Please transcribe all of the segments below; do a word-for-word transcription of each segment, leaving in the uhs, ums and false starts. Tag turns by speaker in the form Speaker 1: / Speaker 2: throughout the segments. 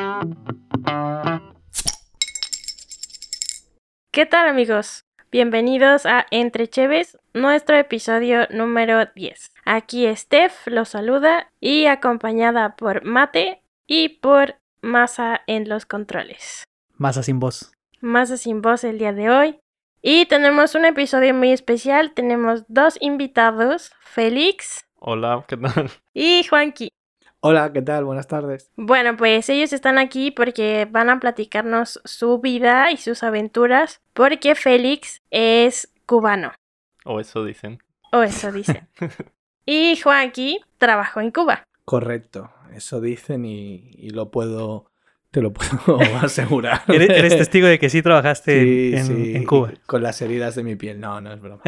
Speaker 1: ¿Qué tal, amigos? Bienvenidos a Entre Cheves, nuestro episodio número diez. Aquí Steph los saluda y acompañada por Mate y por Masa en los controles.
Speaker 2: Masa sin voz.
Speaker 1: Masa sin voz el día de hoy. Y tenemos un episodio muy especial. Tenemos dos invitados, Félix.
Speaker 3: Hola, ¿qué tal?
Speaker 1: Y Juanqui.
Speaker 2: Hola, ¿qué tal? Buenas tardes.
Speaker 1: Bueno, pues ellos están aquí porque van a platicarnos su vida y sus aventuras, porque Félix es cubano.
Speaker 3: O eso dicen.
Speaker 1: O eso dicen. Y Juanqui trabajó en Cuba.
Speaker 2: Correcto, eso dicen y, y lo puedo, te lo puedo asegurar.
Speaker 4: ¿Eres, eres testigo de que sí trabajaste
Speaker 2: Sí,
Speaker 4: en,
Speaker 2: sí,
Speaker 4: en Cuba?
Speaker 2: Con las heridas de mi piel. No, no es broma.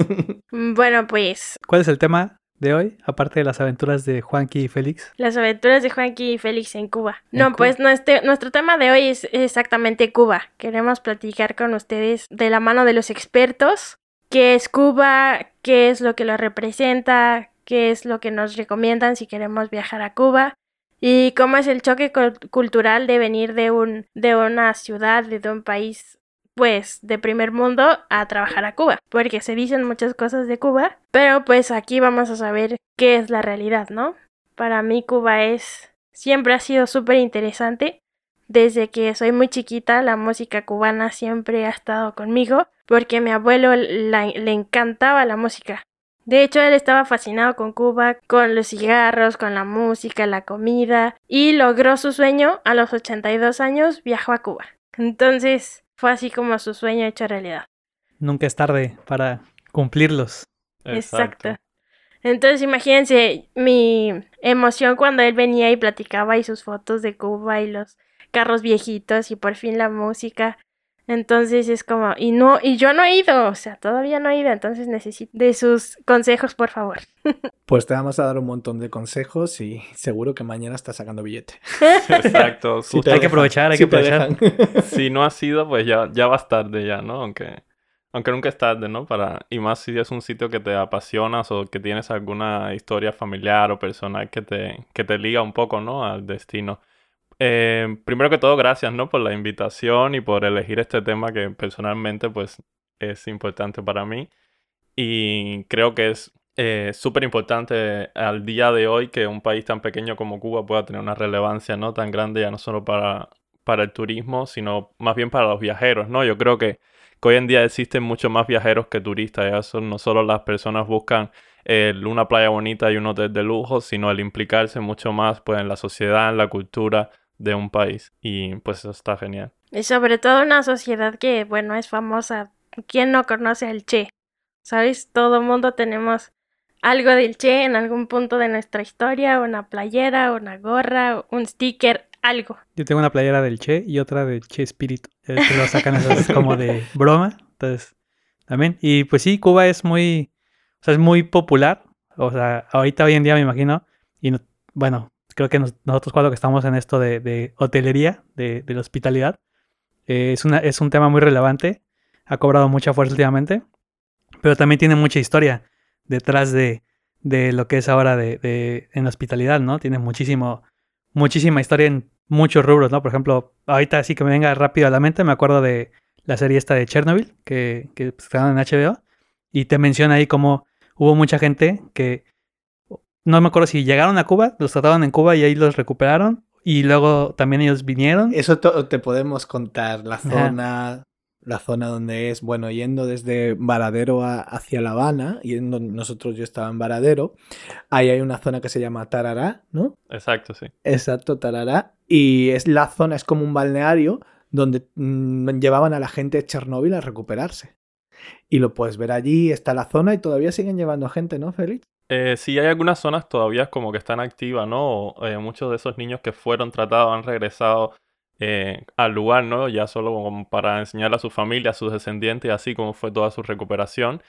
Speaker 1: Bueno, pues
Speaker 4: ¿Cuál es el tema de hoy, aparte de las aventuras de Juanqui y Félix?
Speaker 1: las aventuras de Juanqui y Félix en Cuba.
Speaker 2: ¿En
Speaker 1: No,
Speaker 2: Cuba?
Speaker 1: pues nuestro, nuestro tema de hoy es exactamente Cuba. Queremos platicar con ustedes de la mano de los expertos. ¿Qué es Cuba? ¿Qué es lo que lo representa? ¿Qué es lo que nos recomiendan si queremos viajar a Cuba? ¿Y cómo es el choque cul- cultural de venir de, un, de una ciudad, de un país, pues, de primer mundo a trabajar a Cuba? Porque se dicen muchas cosas de Cuba, pero pues aquí vamos a saber qué es la realidad, ¿no? Para mí Cuba es... siempre ha sido súper interesante. Desde que soy muy chiquita, la música cubana siempre ha estado conmigo, porque a mi abuelo la- le encantaba la música. De hecho, él estaba fascinado con Cuba, con los cigarros, con la música, la comida, y logró su sueño. A los ochenta y dos años viajó a Cuba. Entonces, fue así como su sueño hecho realidad.
Speaker 4: Nunca es tarde para cumplirlos.
Speaker 1: Exacto. Entonces, imagínense mi emoción cuando él venía y platicaba y sus fotos de Cuba y los carros viejitos y por fin la música. Entonces es como, y no, y yo no he ido, o sea, todavía no he ido, entonces necesito de sus consejos, por favor.
Speaker 2: Pues te vamos a dar un montón de consejos y seguro que mañana estás sacando billete.
Speaker 3: Exacto.
Speaker 2: Si
Speaker 3: justo
Speaker 2: te
Speaker 4: Hay que
Speaker 2: dejan,
Speaker 4: aprovechar, hay
Speaker 2: si
Speaker 4: que
Speaker 2: te
Speaker 4: aprovechar.
Speaker 2: dejan.
Speaker 3: Si no has ido, pues ya, ya vas tarde ya, ¿no? Aunque, aunque nunca es tarde, ¿no? Para, y más si es un sitio que te apasionas o que tienes alguna historia familiar o personal que te, que te liga un poco, ¿no? Al destino. Eh, primero que todo, gracias, ¿no? Por la invitación y por elegir este tema que personalmente, pues, es importante para mí. Y creo que es eh, súper importante al día de hoy que un país tan pequeño como Cuba pueda tener una relevancia, ¿no? Tan grande ya no solo para, para el turismo, sino más bien para los viajeros, ¿no? Yo creo que, que hoy en día existen muchos más viajeros que turistas. Ya son, no solo las personas buscan eh, una playa bonita y un hotel de lujo, sino el implicarse mucho más, pues, en la sociedad, en la cultura de un país. Y pues eso está genial.
Speaker 1: Y sobre todo una sociedad que, bueno, es famosa. ¿Quién no conoce al Che? ¿Sabes? Todo mundo tenemos algo del Che en algún punto de nuestra historia, una playera, una gorra, un sticker, algo.
Speaker 4: Yo tengo una playera del Che y otra del Che Espíritu. Es que lo sacan esas como de broma. Entonces, también. Y pues sí, Cuba es muy, o sea, es muy popular. O sea, ahorita hoy en día me imagino. Y no- bueno, creo que nos- nosotros cuatro que estamos en esto de, de hotelería, de, de la hospitalidad, eh, es, una, es un tema muy relevante. Ha cobrado mucha fuerza últimamente. Pero también tiene mucha historia detrás de, de lo que es ahora de, de, en la hospitalidad, ¿no? Tiene muchísimo, muchísima historia en muchos rubros, ¿no? Por ejemplo, ahorita sí que me venga rápido a la mente, me acuerdo de la serie esta de Chernobyl, que, que estaban en H B O, y te menciona ahí cómo hubo mucha gente que, no me acuerdo si llegaron a Cuba, los trataron en Cuba y ahí los recuperaron, y luego también ellos vinieron.
Speaker 2: Eso to- te podemos contar, la
Speaker 4: Ajá.
Speaker 2: zona, la zona donde es, bueno, yendo desde Varadero a- hacia La Habana, yendo, nosotros yo estaba en Varadero, ahí hay una zona que se llama Tarará, ¿no?
Speaker 3: Exacto, sí.
Speaker 2: Exacto, Tarará, y es la zona, es como un balneario donde mm, llevaban a la gente de Chernóbil a recuperarse. Y lo puedes ver allí, está la zona y todavía siguen llevando gente, ¿no, Félix?
Speaker 3: Eh, sí, hay algunas zonas todavía como que están activas, ¿no? O, eh, muchos de esos niños que fueron tratados han regresado eh, al lugar, ¿no? Ya solo como para enseñar a su familia, a sus descendientes, así como fue toda su recuperación.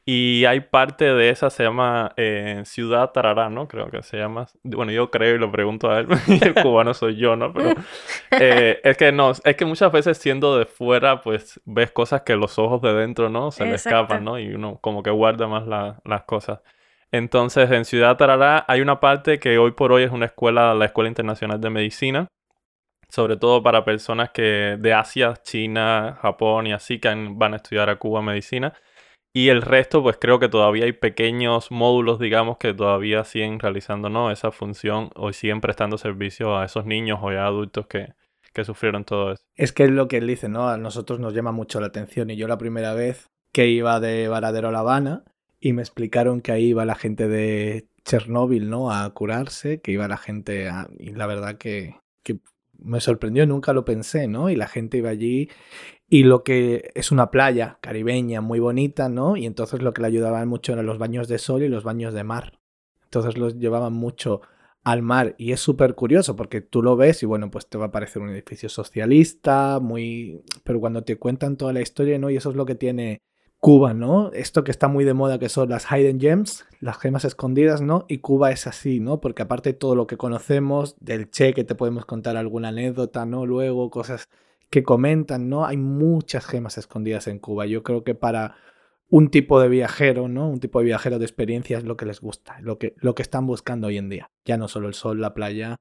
Speaker 3: Y hay parte de esa, se llama eh, Ciudad Tarará, ¿no? Creo que se llama. Bueno, yo creo y lo pregunto a él, el cubano soy yo, ¿no? Pero eh, es que no, es que muchas veces siendo de fuera, pues ves cosas que los ojos de dentro, ¿no? Se le
Speaker 1: Exacto.
Speaker 3: escapan, ¿no? Y uno como que guarda más la- las cosas. Entonces, en Ciudad Tarará hay una parte que hoy por hoy es una escuela, la Escuela Internacional de Medicina, sobre todo para personas que de Asia, China, Japón y así que han- van a estudiar a Cuba medicina. Y el resto, pues creo que todavía hay pequeños módulos, digamos, que todavía siguen realizando, ¿no? esa función o siguen prestando servicio a esos niños o ya adultos que, que sufrieron todo eso.
Speaker 2: Es que es lo que él dice, ¿no? A nosotros nos llama mucho la atención. Y yo la primera vez que iba de Varadero a La Habana y me explicaron que ahí iba la gente de Chernóbil, ¿no? A curarse, que iba la gente a... Y la verdad que, que me sorprendió, nunca lo pensé, ¿no? Y la gente iba allí y lo que es una playa caribeña muy bonita, ¿no? Y entonces lo que le ayudaban mucho eran los baños de sol y los baños de mar. Entonces los llevaban mucho al mar y es súper curioso porque tú lo ves y bueno, pues te va a parecer un edificio socialista, muy... Pero cuando te cuentan toda la historia, ¿no? Y eso es lo que tiene Cuba, ¿no? Esto que está muy de moda que son las hidden gems, las gemas escondidas, ¿no? Y Cuba es así, ¿no? Porque aparte de todo lo que conocemos, del Che, que te podemos contar alguna anécdota, ¿no? Luego cosas que comentan, ¿no? Hay muchas gemas escondidas en Cuba. Yo creo que para un tipo de viajero, ¿no? Un tipo de viajero de experiencia es lo que les gusta, lo que, lo que están buscando hoy en día. Ya no solo el sol, la playa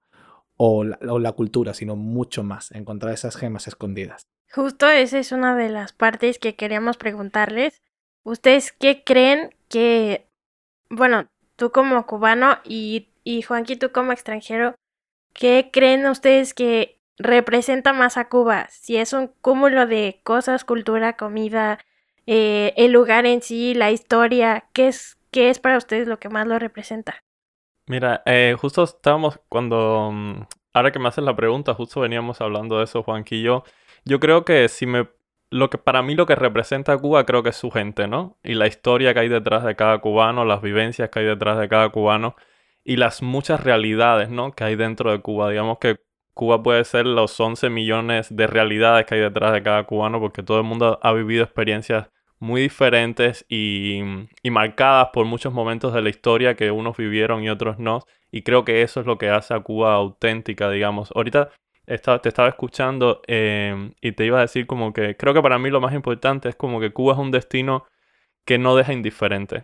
Speaker 2: o la, o la cultura, sino mucho más, encontrar esas gemas escondidas.
Speaker 1: Justo esa es una de las partes que queríamos preguntarles. ¿Ustedes qué creen que, bueno, tú como cubano y, y Juanqui, tú como extranjero, qué creen ustedes que representa más a Cuba? Si es un cúmulo de cosas, cultura, comida, eh, el lugar en sí, la historia, ¿qué es, qué es para ustedes lo que más lo representa?
Speaker 3: Mira, eh, justo estábamos cuando, mm, ahora que me haces la pregunta, justo veníamos hablando de eso, Juanqui y yo. Yo creo que si me, lo que para mí lo que representa a Cuba creo que es su gente, ¿no? Y la historia que hay detrás de cada cubano, las vivencias que hay detrás de cada cubano y las muchas realidades, ¿no? Que hay dentro de Cuba. Digamos que Cuba puede ser los once millones de realidades que hay detrás de cada cubano porque todo el mundo ha vivido experiencias muy diferentes y, y marcadas por muchos momentos de la historia que unos vivieron y otros no. Y creo que eso es lo que hace a Cuba auténtica, digamos. Ahorita estaba, te estaba escuchando eh, y te iba a decir como que creo que para mí lo más importante es como que Cuba es un destino que no deja indiferente.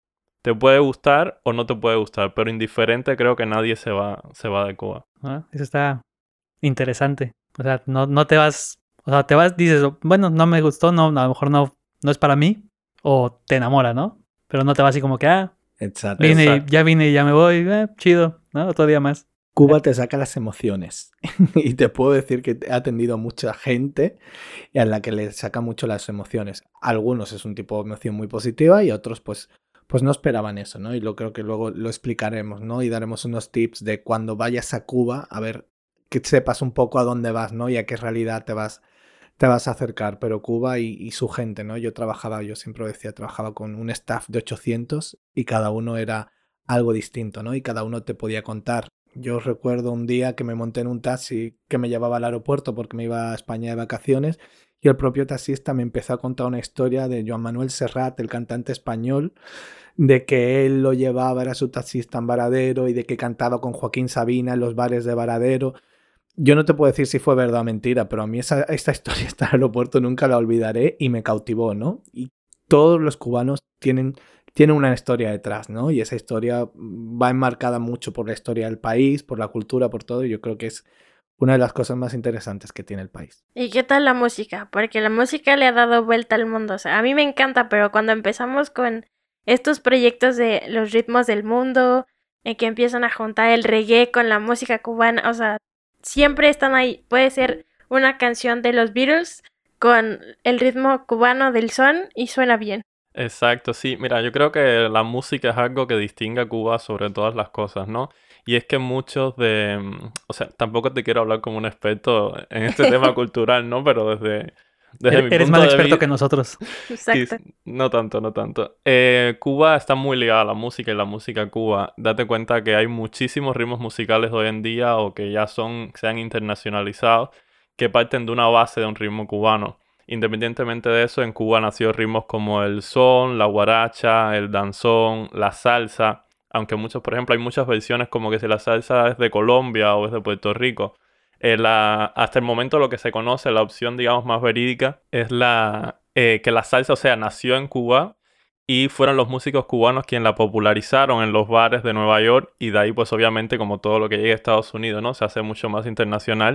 Speaker 3: Te puede gustar o no te puede gustar, pero indiferente creo que nadie se va, se va de Cuba.
Speaker 4: Ah, eso está interesante. O sea, no, no te vas, o sea, te vas, dices, bueno, no me gustó, no, a lo mejor no, no es para mí, o te enamora, ¿no? Pero no te vas así como que, ah,
Speaker 2: Exacto.
Speaker 4: vine, y-
Speaker 3: Exacto.
Speaker 4: ya vine y ya me voy, eh, chido, ¿no? Otro día más.
Speaker 2: Cuba te saca las emociones y te puedo decir que he atendido a mucha gente a la que le saca mucho las emociones. Algunos es un tipo de emoción muy positiva y otros pues, pues no esperaban eso, ¿no? Y lo creo que luego lo explicaremos, ¿no? Y daremos unos tips de cuando vayas a Cuba, a ver que sepas un poco a dónde vas, ¿no? Y a qué realidad te vas, te vas a acercar. Pero Cuba y, y su gente, ¿no? Yo trabajaba, yo siempre decía, trabajaba con un staff de ochocientos y cada uno era algo distinto, ¿no? Y cada uno te podía contar. Yo recuerdo un día que me monté en un taxi que me llevaba al aeropuerto porque me iba a España de vacaciones y el propio taxista me empezó a contar una historia de Joan Manuel Serrat, el cantante español, de que él lo llevaba, era su taxista en Varadero y de que cantaba con Joaquín Sabina en los bares de Varadero. Yo no te puedo decir si fue verdad o mentira, pero a mí esa, esta historia hasta el aeropuerto nunca la olvidaré y me cautivó, ¿no? Y todos los cubanos tienen, tienen una historia detrás, ¿no? Y esa historia va enmarcada mucho por la historia del país, por la cultura, por todo, y yo creo que es una de las cosas más interesantes que tiene el país.
Speaker 1: ¿Y qué tal la música? Porque la música le ha dado vuelta al mundo. O sea, a mí me encanta, pero cuando empezamos con estos proyectos de los ritmos del mundo, en que empiezan a juntar el reggae con la música cubana, o sea, siempre están ahí. Puede ser una canción de los Beatles con el ritmo cubano del son y suena bien.
Speaker 3: Exacto, sí. Mira, yo creo que la música es algo que distingue a Cuba sobre todas las cosas, ¿no? Y es que muchos de... mm, O sea, tampoco te quiero hablar como un experto en este tema cultural, ¿no? Pero desde, desde
Speaker 4: Eres,
Speaker 3: mi
Speaker 4: eres
Speaker 3: punto
Speaker 4: más
Speaker 3: de
Speaker 4: experto
Speaker 3: vista...
Speaker 4: que nosotros.
Speaker 1: Exacto.
Speaker 3: No tanto, no tanto. Eh, Cuba está muy ligada a la música y la música a Cuba. Date cuenta que hay muchísimos ritmos musicales hoy en día o que ya son, se han internacionalizado, que parten de una base de un ritmo cubano. Independientemente de eso, en Cuba nació ritmos como el son, la guaracha, el danzón, la salsa. Aunque muchos, por ejemplo, hay muchas versiones como que si la salsa es de Colombia o es de Puerto Rico. Eh, la, hasta el momento lo que se conoce, la opción digamos más verídica, es la eh, que la salsa, o sea, nació en Cuba y fueron los músicos cubanos quienes la popularizaron en los bares de Nueva York y de ahí pues obviamente como todo lo que llega a Estados Unidos, ¿no? Se hace mucho más internacional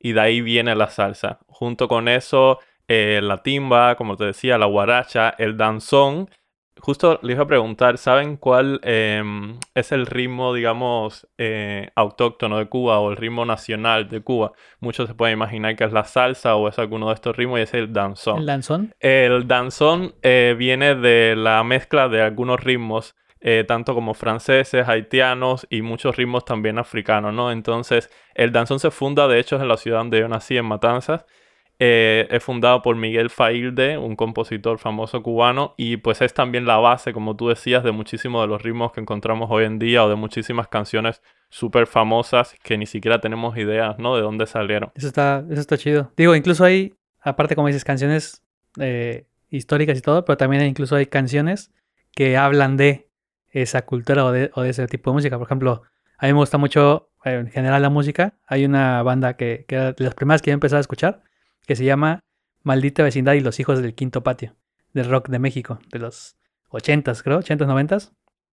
Speaker 3: y de ahí viene la salsa. Junto con eso, eh, la timba, como te decía, la guaracha, el danzón. Justo les iba a preguntar, ¿saben cuál eh, es el ritmo, digamos, eh, autóctono de Cuba o el ritmo nacional de Cuba? Muchos se pueden imaginar que es la salsa o es alguno de estos ritmos y es el danzón.
Speaker 4: ¿El danzón?
Speaker 3: El danzón eh, viene de la mezcla de algunos ritmos, eh, tanto como franceses, haitianos y muchos ritmos también africanos, ¿no? Entonces, el danzón se funda, de hecho, en la ciudad donde yo nací, en Matanzas. Eh, es fundado por Miguel Failde, un compositor famoso cubano, y pues es también la base, como tú decías, de muchísimos de los ritmos que encontramos hoy en día o de muchísimas canciones súper famosas que ni siquiera tenemos ideas, ¿no? De dónde salieron.
Speaker 4: Eso está, eso está chido. Digo, incluso hay, aparte como dices, canciones eh, históricas y todo, pero también hay, incluso hay canciones que hablan de esa cultura o de, o de ese tipo de música. Por ejemplo, a mí me gusta mucho, eh, en general, la música. Hay una banda que, que era de las primeras que yo empecé a escuchar, que se llama Maldita Vecindad y los Hijos del Quinto Patio, del rock de México, de los ochentas, creo, ochentas, noventas.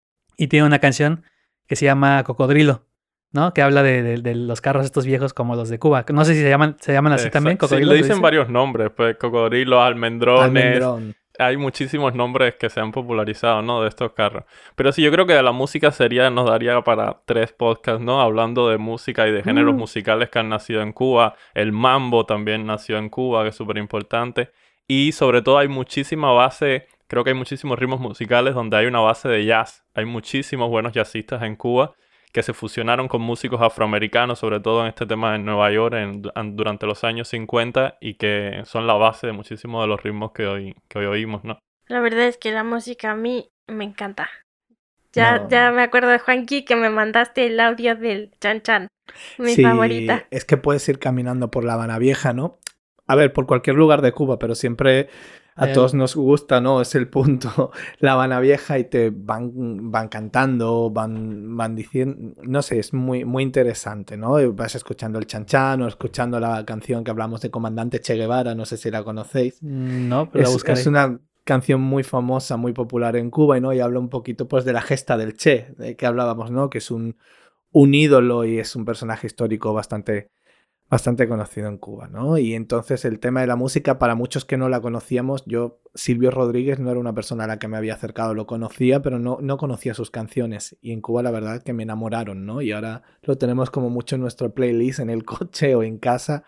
Speaker 4: Y tiene una canción que se llama Cocodrilo, ¿no? Que habla de, de, de los carros estos viejos como los de Cuba. No sé si se llaman, se llaman así
Speaker 3: Exacto.
Speaker 4: también,
Speaker 3: Sí,
Speaker 4: Cocodrilo.
Speaker 3: le dicen
Speaker 4: dice?
Speaker 3: varios nombres, pues cocodrilos, almendrones.
Speaker 2: Almendrón.
Speaker 3: Hay muchísimos nombres que se han popularizado, ¿no? De estos carros. Pero sí, yo creo que de la música sería, nos daría para tres podcasts, ¿no? Hablando de música y de géneros
Speaker 2: Mm.
Speaker 3: musicales que han nacido en Cuba. El mambo también nació en Cuba, que es súper importante. Y sobre todo hay muchísima base, creo que hay muchísimos ritmos musicales donde hay una base de jazz. Hay muchísimos buenos jazzistas en Cuba que se fusionaron con músicos afroamericanos, sobre todo en este tema en Nueva York en, durante los años cincuenta, y que son la base de muchísimos de los ritmos que hoy, que hoy oímos, ¿no?
Speaker 1: La verdad es que la música a mí me encanta. Ya,
Speaker 2: No.
Speaker 1: ya me acuerdo de Juanqui que me mandaste el audio del Chan Chan, mi
Speaker 2: Sí,
Speaker 1: favorita.
Speaker 2: es que puedes ir caminando por La Habana Vieja, ¿no? A ver, por cualquier lugar de Cuba, pero siempre a
Speaker 4: Hay
Speaker 2: todos
Speaker 4: algo.
Speaker 2: nos gusta, ¿no? Es el punto. La Habana Vieja y te van, van cantando, van, van diciendo, no sé, es muy, muy interesante, ¿no? Y vas escuchando el Chan Chan o escuchando la canción que hablamos de Comandante Che Guevara, no sé si la conocéis.
Speaker 4: No, pero la
Speaker 2: Es,
Speaker 4: buscaré.
Speaker 2: es una canción muy famosa, muy popular en Cuba, ¿no? Y habla un poquito, pues, de la gesta del Che, de que hablábamos, ¿no? Que es un, un ídolo y es un personaje histórico bastante, bastante conocido en Cuba, ¿no? Y entonces el tema de la música, para muchos que no la conocíamos, yo, Silvio Rodríguez, no era una persona a la que me había acercado, lo conocía, pero no, no conocía sus canciones. Y en Cuba la verdad que me enamoraron, ¿no? Y ahora lo tenemos como mucho en nuestro playlist, en el coche o en casa,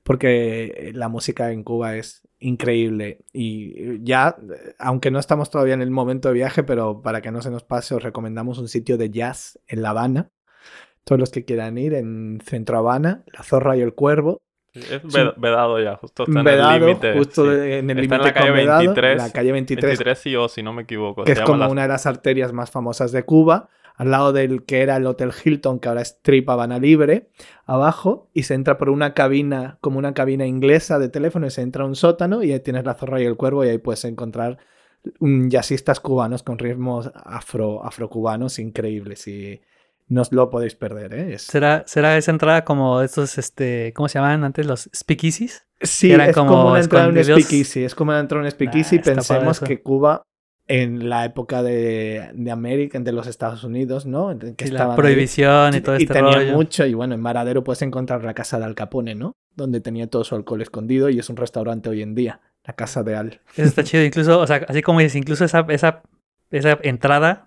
Speaker 2: porque la música en Cuba es increíble. Y ya, aunque no estamos todavía en el momento de viaje, pero para que no se nos pase, os recomendamos un sitio de jazz en La Habana. Todos los que quieran ir, en Centro Habana, La Zorra y el Cuervo.
Speaker 3: Es ved- vedado ya, justo está en
Speaker 2: Vedado,
Speaker 3: el límite.
Speaker 2: justo
Speaker 3: sí.
Speaker 2: de- en el
Speaker 3: Está en
Speaker 2: límite
Speaker 3: la calle
Speaker 2: con Vedado,
Speaker 3: veintitrés.
Speaker 2: la calle veintitrés,
Speaker 3: veintitrés sí o si no me equivoco.
Speaker 2: que
Speaker 3: Se
Speaker 2: es
Speaker 3: llama
Speaker 2: como
Speaker 3: la-
Speaker 2: una de las arterias más famosas de Cuba, al lado del que era el Hotel Hilton, que ahora es Trip Habana Libre, abajo, y se entra por una cabina, como una cabina inglesa de teléfono, y se entra a un sótano, y ahí tienes La Zorra y el Cuervo, y ahí puedes encontrar um, jazzistas cubanos con ritmos afro, afrocubanos increíbles, y no os lo podéis perder, ¿eh? Es...
Speaker 4: ¿Será, ¿Será esa entrada como estos, este, ¿cómo se llamaban antes? Los speakeasies.
Speaker 2: Sí,
Speaker 4: que eran
Speaker 2: es como,
Speaker 4: como
Speaker 2: una entrada en un
Speaker 4: escondidos.
Speaker 2: speakeasy, es como una entrada en un speakeasy.
Speaker 4: Nah, está padre
Speaker 2: Pensemos
Speaker 4: eso.
Speaker 2: que Cuba, en la época de, de América, de los Estados Unidos, ¿no? En que
Speaker 4: Sí, la
Speaker 2: estaban ahí,
Speaker 4: prohibición y todo
Speaker 2: y
Speaker 4: este
Speaker 2: tenía
Speaker 4: rollo.
Speaker 2: mucho, y bueno, en Varadero puedes encontrar la casa de Al Capone, ¿no? Donde tenía todo su alcohol escondido y es un restaurante hoy en día, la casa de Al.
Speaker 4: Eso está chido. Incluso, o sea, así como dices, incluso esa, esa, esa entrada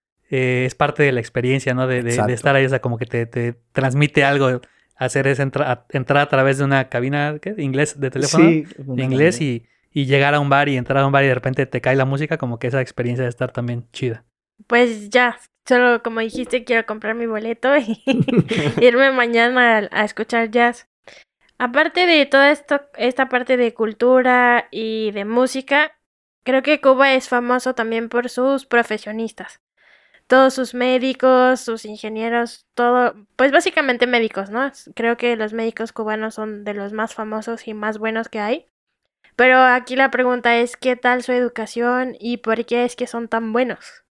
Speaker 4: eh, es parte de la experiencia, ¿no? De, de, de
Speaker 2: Exacto.
Speaker 4: estar ahí, o sea, como que te, te transmite algo hacer esa entra entrada a través de una cabina, ¿qué? Inglés de teléfono.
Speaker 2: Sí,
Speaker 4: De
Speaker 2: una
Speaker 4: inglés
Speaker 2: cabina.
Speaker 4: y, y llegar a un bar y entrar a un bar y de repente te cae la música, como que esa experiencia de estar también chida.
Speaker 1: Pues ya, solo como dijiste, quiero comprar mi boleto y irme mañana a, a escuchar jazz. Aparte de toda esto, esta parte de cultura y de música, creo que Cuba es famoso también por sus profesionistas. Todos sus médicos, sus ingenieros, todo, pues básicamente médicos, ¿no? Creo que los médicos cubanos son de los más famosos y más buenos que hay. Pero aquí la pregunta es, ¿qué tal su educación y por qué es que son tan buenos?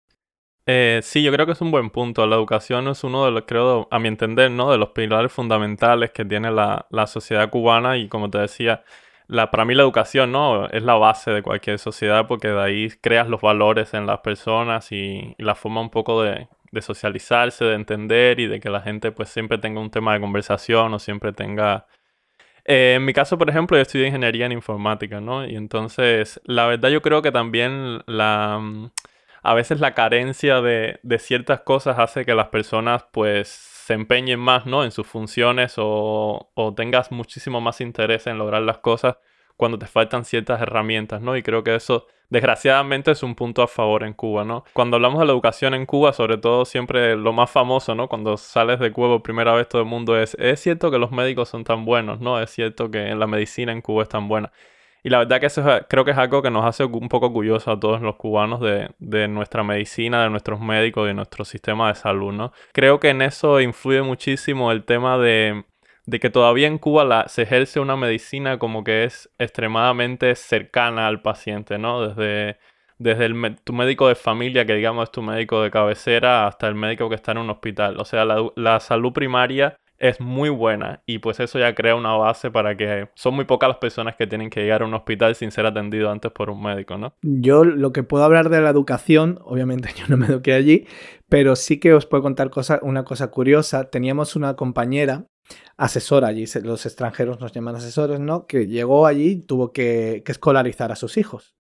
Speaker 3: Eh, sí, yo creo que es un buen punto. La educación es uno de los, creo, a mi entender, ¿no? De los pilares fundamentales que tiene la, la sociedad cubana y como te decía, la, para mí la educación, ¿no? Es la base de cualquier sociedad porque de ahí creas los valores en las personas y, y la forma un poco de, de socializarse, de entender y de que la gente pues siempre tenga un tema de conversación o siempre tenga Eh, en mi caso, por ejemplo, yo estudié ingeniería en informática, ¿no? Y entonces, la verdad yo creo que también la... mm, a veces la carencia de, de ciertas cosas hace que las personas pues se empeñen más, ¿no? En sus funciones o, o tengas muchísimo más interés en lograr las cosas cuando te faltan ciertas herramientas, ¿no? Y creo que eso, desgraciadamente, es un punto a favor en Cuba, ¿no? Cuando hablamos de la educación en Cuba, sobre todo siempre lo más famoso, ¿no? Cuando sales de Cuba por primera vez todo el mundo es, es cierto que los médicos son tan buenos, ¿no? Es cierto que la medicina en Cuba es tan buena. Y la verdad que eso es- creo que es algo que nos hace un poco orgullosos a todos los cubanos de, de nuestra medicina, de nuestros médicos y de nuestro sistema de salud, ¿no? Creo que en eso influye muchísimo el tema de, de que todavía en Cuba la- se ejerce una medicina como que es extremadamente cercana al paciente, ¿no? Desde, desde el, me- tu médico de familia, que digamos es tu médico de cabecera, hasta el médico que está en un hospital. O sea, la, la salud primaria es muy buena y pues eso ya crea una base para que son muy pocas las personas que tienen que llegar a un hospital sin ser atendido antes por un médico, ¿no?
Speaker 2: Yo lo que puedo hablar de la educación, obviamente yo no me eduqué allí, pero sí que os puedo contar cosa, una cosa curiosa. Teníamos una compañera asesora allí, se- los extranjeros nos llaman asesores, ¿no? Que llegó allí y tuvo que, que escolarizar a sus hijos.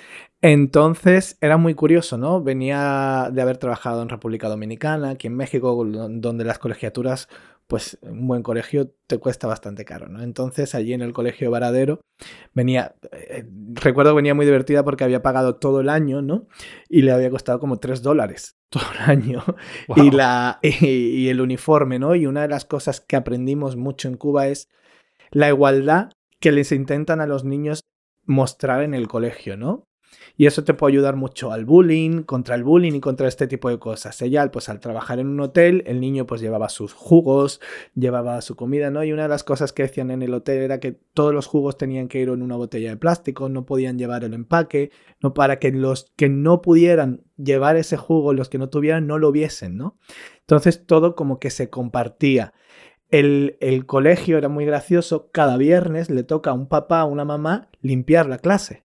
Speaker 2: Entonces era muy curioso, ¿no? Venía de haber trabajado en República Dominicana, aquí en México, donde las colegiaturas, pues un buen colegio te cuesta bastante caro, ¿no? Entonces allí en el colegio Varadero venía, eh, recuerdo que venía muy divertida porque había pagado todo el año, ¿no? Y le había costado como tres dólares todo el año.
Speaker 4: Wow.
Speaker 2: Y, la, y, y el uniforme, ¿no? Y una de las cosas que aprendimos mucho en Cuba es la igualdad que les intentan a los niños mostrar en el colegio, ¿no? Y eso te puede ayudar mucho al bullying, contra el bullying y contra este tipo de cosas. Ella, pues al trabajar en un hotel, el niño pues llevaba sus jugos, llevaba su comida, ¿no? Y una de las cosas que decían en el hotel era que todos los jugos tenían que ir en una botella de plástico, no podían llevar el empaque, no para que los que no pudieran llevar ese jugo, los que no tuvieran, no lo viesen, ¿no? Entonces todo como que se compartía. El, el colegio era muy gracioso, cada viernes le toca a un papá o una mamá limpiar la clase.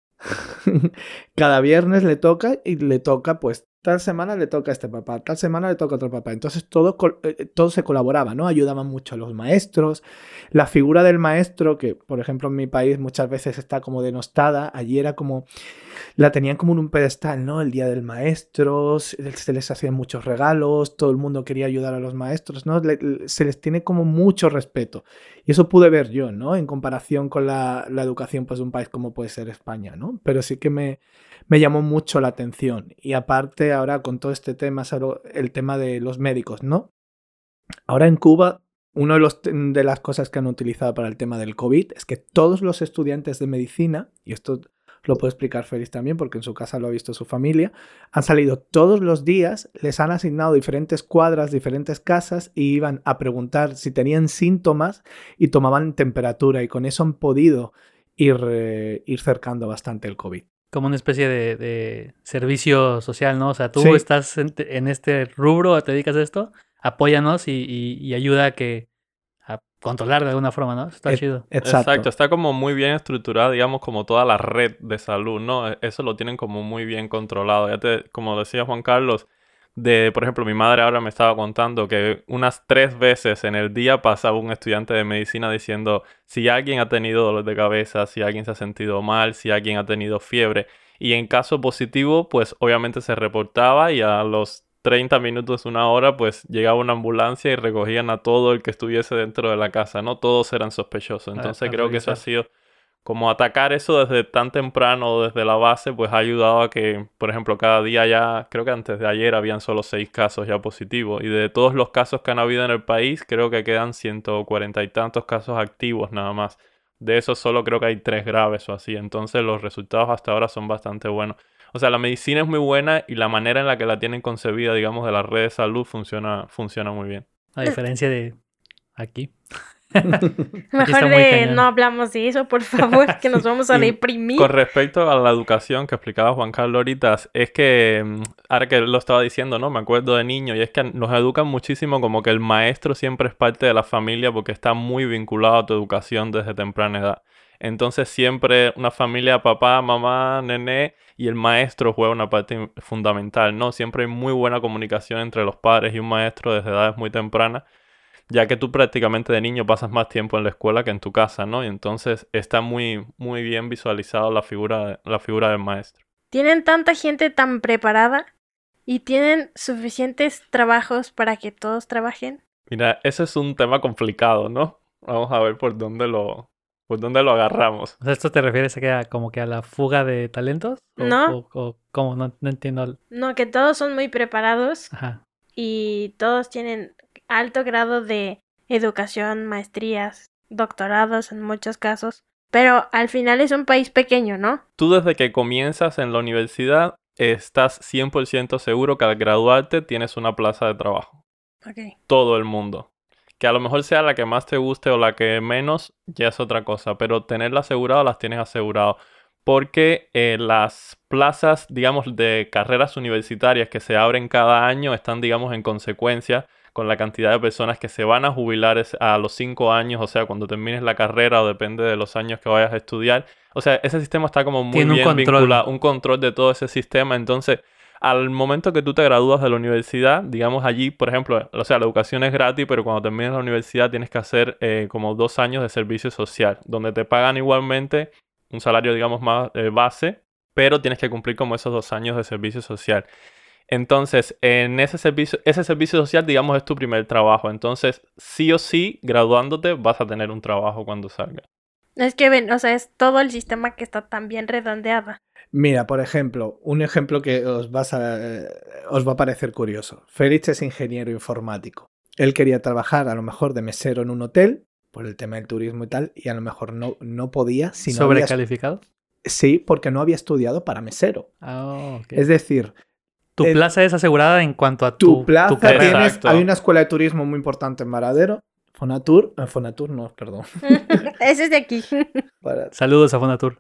Speaker 2: Cada viernes le toca y le toca, pues, tal semana le toca a este papá, tal semana le toca a otro papá. Entonces todo, col- eh, todo se colaboraba, ¿no? Ayudaban mucho a los maestros. La figura del maestro, que por ejemplo en mi país muchas veces está como denostada, allí era como, la tenían como en un pedestal, ¿no? El día del maestro, se se les hacían muchos regalos, todo el mundo quería ayudar a los maestros, ¿no? Le- le- se les tiene como mucho respeto. Y eso pude ver yo, ¿no? En comparación con la, la educación pues, de un país como puede ser España, ¿no? Pero sí que me, me llamó mucho la atención. Y aparte ahora con todo este tema, solo el tema de los médicos, ¿no? Ahora en Cuba, una de, los, de las cosas que han utilizado para el tema del COVID es que todos los estudiantes de medicina, y esto lo puede explicar Félix también porque en su casa lo ha visto su familia, han salido todos los días, les han asignado diferentes cuadras, diferentes casas y iban a preguntar si tenían síntomas y tomaban temperatura y con eso han podido ir, eh, ir cercando bastante el COVID.
Speaker 4: Como una especie de, de servicio social, ¿no? O sea, tú
Speaker 2: Sí.
Speaker 4: estás en, en este rubro, te dedicas a esto, apóyanos y, y, y ayuda a que a controlar de alguna forma, ¿no? Eso está
Speaker 2: E-
Speaker 4: chido.
Speaker 2: Exacto.
Speaker 3: Exacto, está como muy bien estructurada, digamos, como toda la red de salud, ¿no? E- Eso lo tienen como muy bien controlado. Ya te, como decía Juan Carlos, de, por ejemplo, mi madre ahora me estaba contando que unas tres veces en el día pasaba un estudiante de medicina diciendo si alguien ha tenido dolor de cabeza, si alguien se ha sentido mal, si alguien ha tenido fiebre. Y en caso positivo, pues obviamente se reportaba y a los treinta minutos, una hora, pues llegaba una ambulancia y recogían a todo el que estuviese dentro de la casa, ¿no? Todos eran sospechosos.
Speaker 4: Ah,
Speaker 3: Entonces
Speaker 4: a
Speaker 3: creo que eso ha
Speaker 4: revisar.
Speaker 3: sido como atacar eso desde tan temprano, desde la base, pues ha ayudado a que, por ejemplo, cada día ya, creo que antes de ayer habían solo seis casos ya positivos. Y de todos los casos que han habido en el país, creo que quedan ciento cuarenta y tantos casos activos nada más. De esos solo creo que hay tres graves o así. Entonces los resultados hasta ahora son bastante buenos. O sea, la medicina es muy buena y la manera en la que la tienen concebida, digamos, de la red de salud funciona, funciona muy bien.
Speaker 4: A diferencia de aquí.
Speaker 1: Mejor
Speaker 4: está muy
Speaker 1: de
Speaker 4: cañón.
Speaker 1: no hablamos de eso, por favor, que nos
Speaker 4: Sí.
Speaker 1: vamos a
Speaker 3: Y
Speaker 1: deprimir.
Speaker 3: con respecto a la educación que explicaba Juan Carlos ahorita, es que, mm, ahora que él lo estaba diciendo, ¿no? Me acuerdo de niño, y es que nos educan muchísimo como que el maestro siempre es parte de la familia porque está muy vinculado a tu educación desde temprana edad. Entonces siempre una familia, papá, mamá, nené y el maestro juega una parte fundamental, ¿no? Siempre hay muy buena comunicación entre los padres y un maestro desde edades muy tempranas. ya que tú prácticamente de niño pasas más tiempo en la escuela que en tu casa, ¿no? Y entonces está muy, muy bien visualizado la figura, de- la figura del maestro.
Speaker 1: Tienen tanta gente tan preparada y tienen suficientes trabajos para que todos trabajen.
Speaker 3: Mira, ese es un tema complicado, ¿no? Vamos a ver por dónde lo, por dónde lo agarramos.
Speaker 4: O sea, ¿esto te refieres a que a, como que a la fuga de talentos? ¿O,
Speaker 1: No.
Speaker 4: o, o cómo? No, no entiendo.
Speaker 1: No, que todos son muy preparados
Speaker 4: Ajá.
Speaker 1: y todos tienen alto grado de educación, maestrías, doctorados en muchos casos. Pero al final es un país pequeño, ¿no?
Speaker 3: Tú desde que comienzas en la universidad estás cien por ciento seguro que al graduarte tienes una plaza de trabajo.
Speaker 1: Ok.
Speaker 3: Todo el mundo. Que a lo mejor sea la que más te guste o la que menos, ya es otra cosa. Pero tenerla asegurado, las tienes asegurado. Porque eh, las plazas, digamos, de carreras universitarias que se abren cada año están, digamos, en consecuencia con la cantidad de personas que se van a jubilar es- a los cinco años, o sea, cuando termines la carrera o depende de los años que vayas a estudiar. O sea, ese sistema está como muy
Speaker 4: Tiene un
Speaker 3: bien
Speaker 4: control.
Speaker 3: vinculado, un control de todo ese sistema. Entonces, al momento que tú te gradúas de la universidad, digamos allí, por ejemplo, o sea, la educación es gratis, pero cuando termines la universidad tienes que hacer eh, como dos años de servicio social, donde te pagan igualmente un salario, digamos, más eh, base, pero tienes que cumplir como esos dos años de servicio social. Entonces, en ese servicio, ese servicio social, digamos, es tu primer trabajo. Entonces, sí o sí, graduándote, vas a tener un trabajo cuando salgas.
Speaker 1: Es que ven, o sea, es todo el sistema que está tan bien redondeado.
Speaker 2: Mira, por ejemplo, un ejemplo que os, vas a, eh, os va a parecer curioso. Félix es ingeniero informático. Él quería trabajar a lo mejor de mesero en un hotel, por el tema del turismo y tal, y a lo mejor no, no podía. Si no había,
Speaker 4: ¿Sobrecalificado?
Speaker 2: sí, porque no había estudiado para mesero.
Speaker 4: Ah, ok.
Speaker 2: Es decir,
Speaker 4: Tu
Speaker 2: eh,
Speaker 4: plaza es asegurada en cuanto a
Speaker 2: tu
Speaker 4: tu,
Speaker 2: plaza
Speaker 4: tu carrera.
Speaker 2: tienes.
Speaker 3: Exacto.
Speaker 2: Hay una escuela de turismo muy importante en Varadero. Fonatur. eh, Fonatur, no, perdón.
Speaker 1: Ese es de aquí.
Speaker 2: Para-
Speaker 4: Saludos a Fonatur.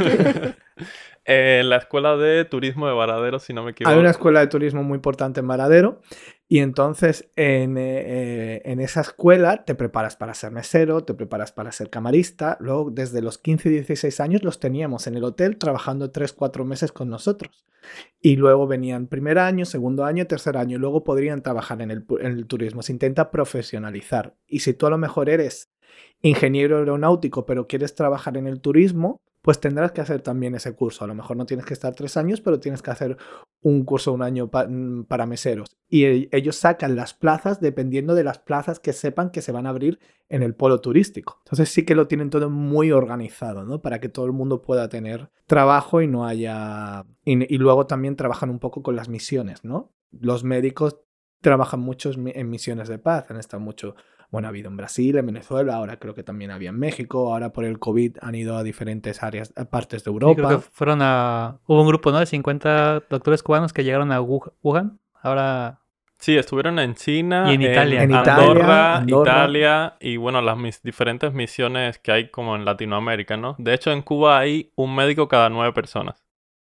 Speaker 3: Eh, la escuela de turismo de Varadero, si no me equivoco.
Speaker 2: Hay una escuela de turismo muy importante en Varadero y entonces en, eh, en esa escuela te preparas para ser mesero, te preparas para ser camarista. Luego desde los quince y dieciséis años los teníamos en el hotel trabajando tres cuatro meses con nosotros. Y luego venían primer año, segundo año, tercer año y luego podrían trabajar en el, en el turismo. Se intenta profesionalizar. Y si tú a lo mejor eres ingeniero aeronáutico pero quieres trabajar en el turismo, pues tendrás que hacer también ese curso. A lo mejor no tienes que estar tres años, pero tienes que hacer un curso un año pa para meseros. Y e ellos sacan las plazas dependiendo de las plazas que sepan que se van a abrir en el polo turístico. Entonces sí que lo tienen todo muy organizado, ¿no? Para que todo el mundo pueda tener trabajo y no haya... Y, y luego también trabajan un poco con las misiones, ¿no? Los médicos trabajan mucho en misiones de paz, han estado mucho... Bueno, ha habido en Brasil, en Venezuela, ahora creo que también había en México, ahora por el COVID han ido a diferentes áreas, a partes de
Speaker 4: Sí,
Speaker 2: Europa.
Speaker 4: creo que fueron a... Hubo un grupo, ¿no? De cincuenta doctores cubanos que llegaron a Wuh- Wuhan. Ahora...
Speaker 3: Sí, estuvieron en China,
Speaker 4: Y en Italia.
Speaker 2: En
Speaker 3: Andorra,
Speaker 2: Italia, Andorra.
Speaker 3: Italia y bueno, las mis diferentes misiones que hay como en Latinoamérica, ¿no? De hecho, en Cuba hay un médico cada nueve personas.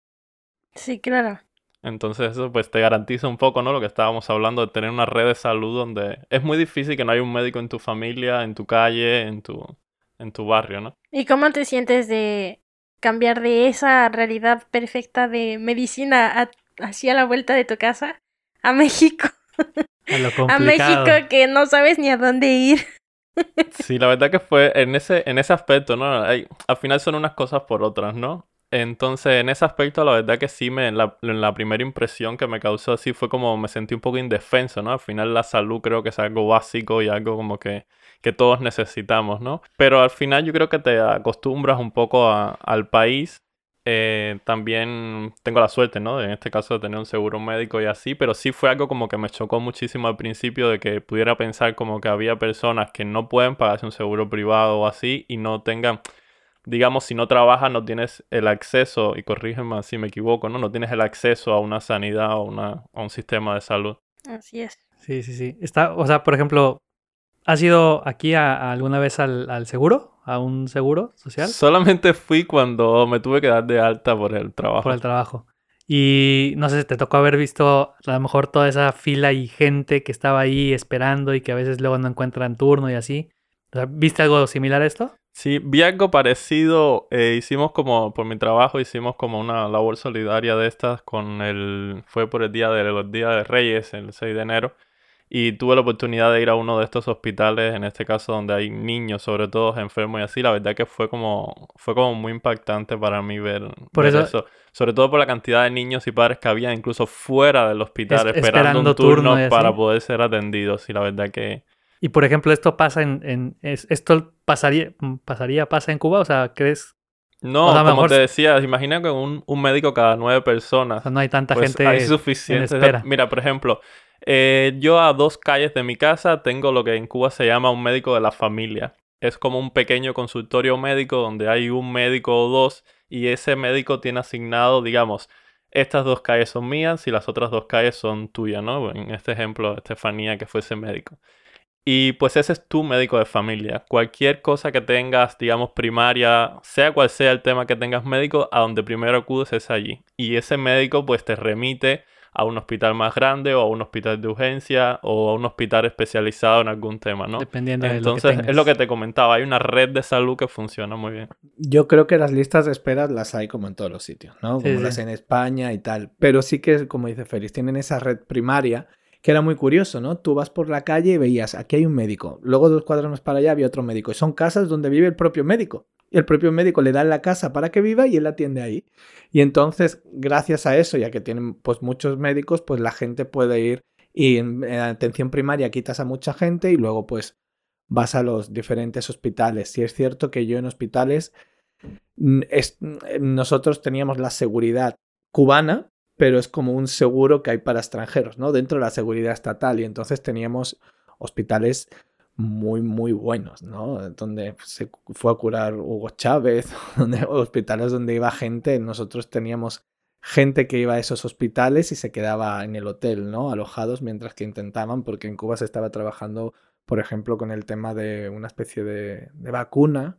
Speaker 1: Sí, claro.
Speaker 3: Entonces eso pues te garantiza un poco, ¿no? Lo que estábamos hablando de tener una red de salud donde es muy difícil que no haya un médico en tu familia, en tu calle, en tu, en tu barrio, ¿no?
Speaker 1: ¿Y cómo te sientes de cambiar de esa realidad perfecta de medicina a, hacia la vuelta de tu casa a México?
Speaker 4: A lo
Speaker 1: A
Speaker 4: complicado.
Speaker 1: México que no sabes ni a dónde ir.
Speaker 3: Sí, la verdad que fue en ese, en ese aspecto, ¿no? Hay- al final son unas cosas por otras, ¿no? Entonces, en ese aspecto, la verdad que sí, me, la, la primera impresión que me causó así fue como me sentí un poco indefenso, ¿no? Al final la salud creo que es algo básico y algo como que, que todos necesitamos, ¿no? Pero al final yo creo que te acostumbras un poco a- al país. Eh, también tengo la suerte, ¿no? En este caso de tener un seguro médico y así, pero sí fue algo como que me chocó muchísimo al principio de que pudiera pensar como que había personas que no pueden pagarse un seguro privado o así y no tengan, digamos, si no trabajas no tienes el acceso, y corrígeme si me equivoco, ¿no? No tienes el acceso a una sanidad o una, a un sistema de salud.
Speaker 1: Así es.
Speaker 4: Sí, sí, sí. Está, o sea, por ejemplo, ¿has ido aquí a, a alguna vez al, al seguro? ¿A un seguro social?
Speaker 3: Solamente fui cuando me tuve que dar de alta por el trabajo.
Speaker 4: Por el trabajo. Y no sé, te tocó haber visto a lo mejor toda esa fila y gente que estaba ahí esperando y que a veces luego no encuentran turno y así. O sea, ¿viste algo similar a esto?
Speaker 3: Sí, vi algo parecido. Eh, hicimos como, por mi trabajo, hicimos como una labor solidaria de estas con el... Fue por el día de los Días de Reyes, el seis de enero. Y tuve la oportunidad de ir a uno de estos hospitales, en este caso donde hay niños, sobre todo enfermos y así. La verdad que fue como, fue como muy impactante para mí ver,
Speaker 4: Por
Speaker 3: ver
Speaker 4: eso-
Speaker 3: eso. Sobre todo por la cantidad de niños y padres que había incluso fuera del hospital,
Speaker 4: Es-
Speaker 3: esperando
Speaker 4: esperando
Speaker 3: un turno,
Speaker 4: turno y así.
Speaker 3: para poder ser atendidos. Y la verdad que...
Speaker 4: Y por ejemplo, esto pasa en, en es- esto pasaría, pasaría, pasa en Cuba, o sea, ¿crees?
Speaker 3: No,
Speaker 4: O sea, a lo
Speaker 3: como
Speaker 4: mejor-
Speaker 3: te decía, imagina que un, un médico cada nueve
Speaker 4: O
Speaker 3: personas.
Speaker 4: sea, no hay tanta
Speaker 3: Pues
Speaker 4: gente
Speaker 3: hay
Speaker 4: en
Speaker 3: suficiente.
Speaker 4: espera.
Speaker 3: Mira, por ejemplo, eh, yo a dos calles de mi casa tengo lo que en Cuba se llama un médico de la familia. Es como un pequeño consultorio médico donde hay un médico o dos y ese médico tiene asignado, digamos, estas dos calles son mías y las otras dos calles son tuyas, ¿no? En este ejemplo, Estefanía, que fuese médico. Y pues ese es tu médico de familia. Cualquier cosa que tengas, digamos, primaria, sea cual sea el tema que tengas médico, a donde primero acudes es allí. Y ese médico pues te remite a un hospital más grande o a un hospital de urgencia o a un hospital especializado en algún tema, ¿no?
Speaker 4: Dependiendo de lo que
Speaker 3: Entonces,
Speaker 4: tengas.
Speaker 3: es lo que te comentaba, hay una red de salud que funciona muy bien.
Speaker 2: Yo creo que las listas de espera las hay como en todos los sitios, ¿no?
Speaker 4: Sí,
Speaker 2: Como
Speaker 4: sí.
Speaker 2: las en España y tal. Pero sí que, como dice Félix, tienen esa red primaria que era muy curioso, ¿no? Tú vas por la calle y veías, aquí hay un médico. Luego dos cuadras más para allá había otro médico. Y son casas donde vive el propio médico. Y el propio médico le da la casa para que viva y él la atiende ahí. Y entonces, gracias a eso, ya que tienen pues muchos médicos, pues la gente puede ir y en, en atención primaria quitas a mucha gente y luego pues vas a los diferentes hospitales. Sí es cierto que yo en hospitales mm, es- mm, nosotros teníamos la seguridad cubana, pero es como un seguro que hay para extranjeros, ¿no? Dentro de la seguridad estatal. Y entonces teníamos hospitales muy, muy buenos, ¿no? Donde se fue a curar Hugo Chávez, donde, hospitales donde iba gente. Nosotros teníamos gente que iba a esos hospitales y se quedaba en el hotel, ¿no? Alojados mientras que intentaban, porque en Cuba se estaba trabajando, por ejemplo, con el tema de una especie de, de vacuna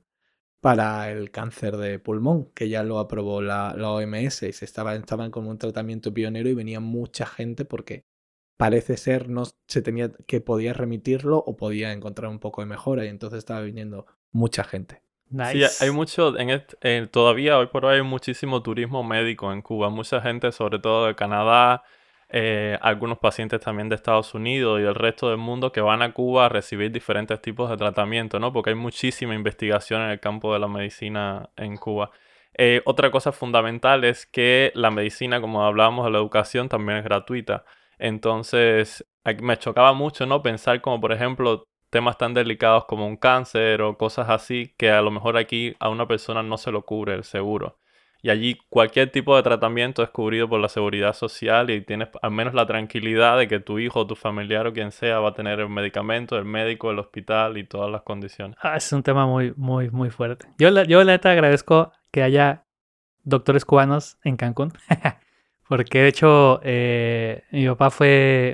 Speaker 2: para el cáncer de pulmón, que ya lo aprobó la, la O M S y se estaba, estaban con un tratamiento pionero y venía mucha gente porque parece ser no se tenía que podía remitirlo o podía encontrar un poco de mejora y entonces estaba viniendo mucha gente.
Speaker 3: Sí,
Speaker 4: Nice.
Speaker 3: hay mucho, en est- eh, todavía hoy por hoy hay muchísimo turismo médico en Cuba. Mucha gente, sobre todo de Canadá, eh, algunos pacientes también de Estados Unidos y del resto del mundo que van a Cuba a recibir diferentes tipos de tratamiento, ¿no? Porque hay muchísima investigación en el campo de la medicina en Cuba. Eh, otra cosa fundamental es que la medicina, como hablábamos de la educación, también es gratuita. Entonces, aquí me chocaba mucho, ¿no? Pensar como, por ejemplo, temas tan delicados como un cáncer o cosas así, que a lo mejor aquí a una persona no se lo cubre el seguro. Y allí cualquier tipo de tratamiento es cubrido por la seguridad social y tienes al menos la tranquilidad de que tu hijo, tu familiar o quien sea va a tener el medicamento, el médico, el hospital y todas las condiciones.
Speaker 4: Ah, es un tema muy, muy, muy fuerte. Yo, la- yo la neta agradezco que haya doctores cubanos en Cancún. Porque de hecho, eh, mi papá fue.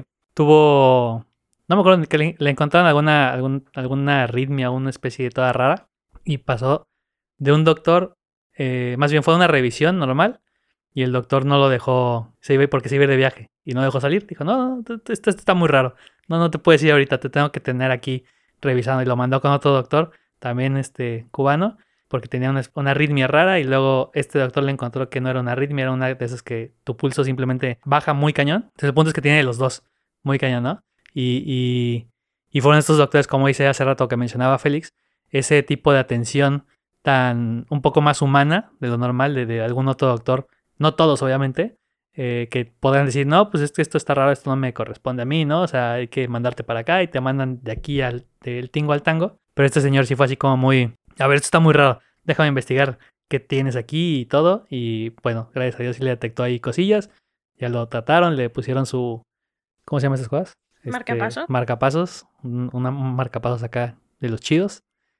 Speaker 4: Tuvo. No me acuerdo que le, le encontraron alguna, algún, alguna arritmia, una especie de toda rara. Y pasó de un doctor. eh, más bien fue una revisión normal. Y el doctor no lo dejó. Se iba porque se iba a ir de viaje. Y no dejó salir. Dijo: No, no, esto, esto está muy raro. No, no te puedes ir ahorita. Te tengo que tener aquí revisando. Y lo mandó con otro doctor, también este cubano, porque tenía una, una arritmia rara y luego este doctor le encontró que no era una arritmia, era una de esas que tu pulso simplemente baja muy cañón. Entonces el punto es que tiene los dos, muy cañón, ¿no? Y, y, y fueron estos doctores, como dice hace rato que mencionaba Félix, ese tipo de atención tan un poco más humana de lo normal de, de algún otro doctor, no todos obviamente, eh, que podrán decir, no, pues es que esto está raro, esto no me corresponde a mí, ¿no? O sea, hay que mandarte para acá y te mandan de aquí al del tingo al tango. Pero este señor sí fue así como muy, a ver, esto está muy raro, déjame investigar qué tienes aquí y todo. Y bueno, gracias a Dios sí le detectó ahí cosillas, ya lo trataron, le pusieron su, ¿cómo se llaman esas cosas?
Speaker 1: ¿Marcapaso?
Speaker 4: Este, marcapasos, un, una, un marcapasos acá de los chidos.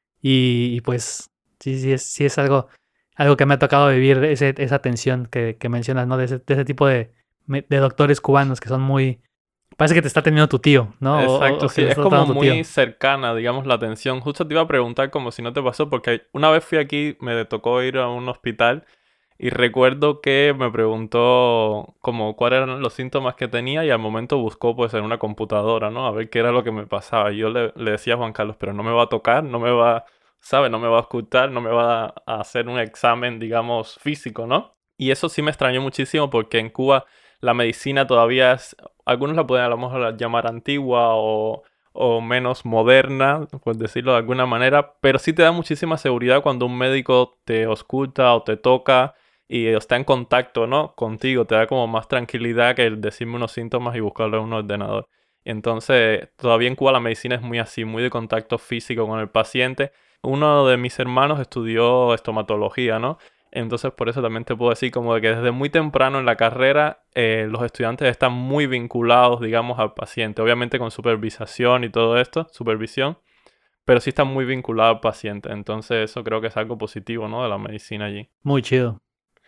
Speaker 4: Y, y pues sí, sí es, sí es algo, algo que me ha tocado vivir, ese, esa tensión que, que mencionas, ¿no? De ese, de ese tipo de, de doctores cubanos que son muy... Parece que te está teniendo tu tío, ¿no? O-
Speaker 3: Exacto,
Speaker 4: o que
Speaker 3: sí,
Speaker 4: le
Speaker 3: es
Speaker 4: está
Speaker 3: como
Speaker 4: tratando tu
Speaker 3: muy
Speaker 4: tío.
Speaker 3: cercana, digamos, la atención. Justo te iba a preguntar como si no te pasó, porque una vez fui aquí, me tocó ir a un hospital y recuerdo que me preguntó como cuáles eran los síntomas que tenía y al momento buscó pues en una computadora, ¿no? A ver qué era lo que me pasaba. Y yo le, le decía a Juan Carlos, pero no me va a tocar, no me va, ¿sabes? No me va a escuchar, no me va a hacer un examen, digamos, físico, ¿no? Y eso sí me extrañó muchísimo porque en Cuba la medicina todavía es, algunos la pueden a lo mejor llamar antigua o, o menos moderna, por decirlo de alguna manera, pero sí te da muchísima seguridad cuando un médico te ausculta o te toca y está en contacto, ¿no?, contigo. Te da como más tranquilidad que el decirme unos síntomas y buscarlo en un ordenador. Entonces, todavía en Cuba la medicina es muy así, muy de contacto físico con el paciente. Uno de mis hermanos estudió estomatología, ¿no? Entonces, por eso también te puedo decir como de que desde muy temprano en la carrera eh, los estudiantes están muy vinculados, digamos, al paciente. Obviamente con supervisación y todo esto, supervisión, pero sí están muy vinculados al paciente. Entonces, eso creo que es algo positivo, ¿no?, de la medicina allí.
Speaker 4: Muy chido.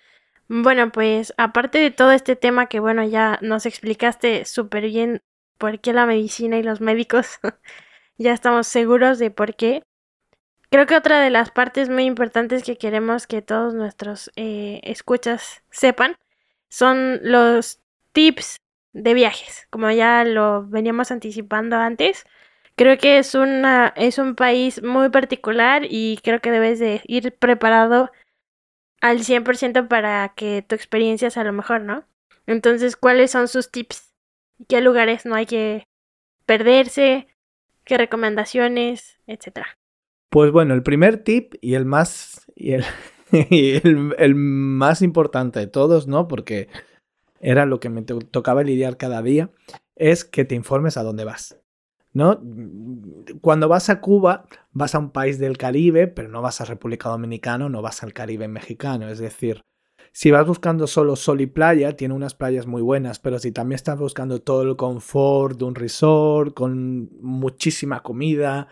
Speaker 1: Bueno, pues aparte de todo este tema que, bueno, ya nos explicaste súper bien por qué la medicina y los médicos, ya estamos seguros de por qué. Creo que otra de las partes muy importantes que queremos que todos nuestros eh, escuchas sepan son los tips de viajes. Como ya lo veníamos anticipando antes, creo que es una es un país muy particular y creo que debes de ir preparado al cien por ciento para que tu experiencia sea lo mejor, ¿no? Entonces, ¿cuáles son sus tips? ¿Qué lugares no hay que perderse? ¿Qué recomendaciones? Etcétera.
Speaker 2: Pues bueno, el primer tip y el más y el, y el, el más importante de todos, ¿no?, porque era lo que me to- tocaba lidiar cada día, es que te informes a dónde vas, ¿no? Cuando vas a Cuba, vas a un país del Caribe, pero no vas a República Dominicana, no vas al Caribe mexicano. Es decir, si vas buscando solo sol y playa, tiene unas playas muy buenas, pero si también estás buscando todo el confort de un resort, con muchísima comida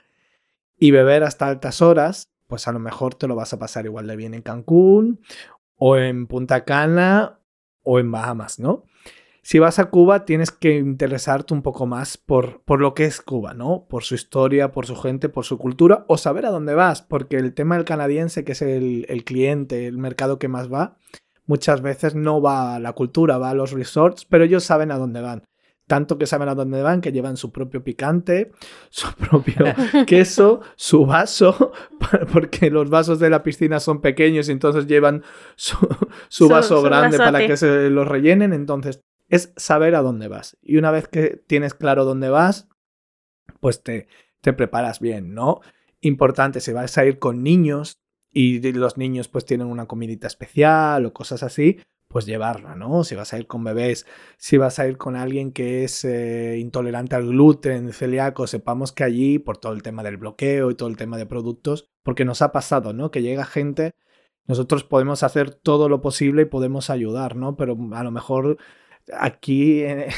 Speaker 2: y beber hasta altas horas, pues a lo mejor te lo vas a pasar igual de bien en Cancún o en Punta Cana o en Bahamas, ¿no? Si vas a Cuba, tienes que interesarte un poco más por, por lo que es Cuba, ¿no? Por su historia, por su gente, por su cultura, o saber a dónde vas, porque el tema del canadiense, que es el, el cliente, el mercado que más va, muchas veces no va a la cultura, va a los resorts, pero ellos saben a dónde van. Tanto que saben a dónde van, que llevan su propio picante, su propio queso, su vaso, porque los vasos de la piscina son pequeños y entonces llevan su, su vaso
Speaker 1: Su- su
Speaker 2: grande para
Speaker 1: vasote.
Speaker 2: que se los rellenen. Entonces, es saber a dónde vas. Y una vez que tienes claro dónde vas, pues te, te preparas bien, ¿no? Importante, si vas a ir con niños y los niños pues tienen una comidita especial o cosas así, pues llevarla, ¿no? Si vas a ir con bebés, si vas a ir con alguien que es eh, intolerante al gluten, celíaco, sepamos que allí, por todo el tema del bloqueo y todo el tema de productos, porque nos ha pasado, ¿no?, que llega gente, nosotros podemos hacer todo lo posible y podemos ayudar, ¿no? Pero a lo mejor aquí en,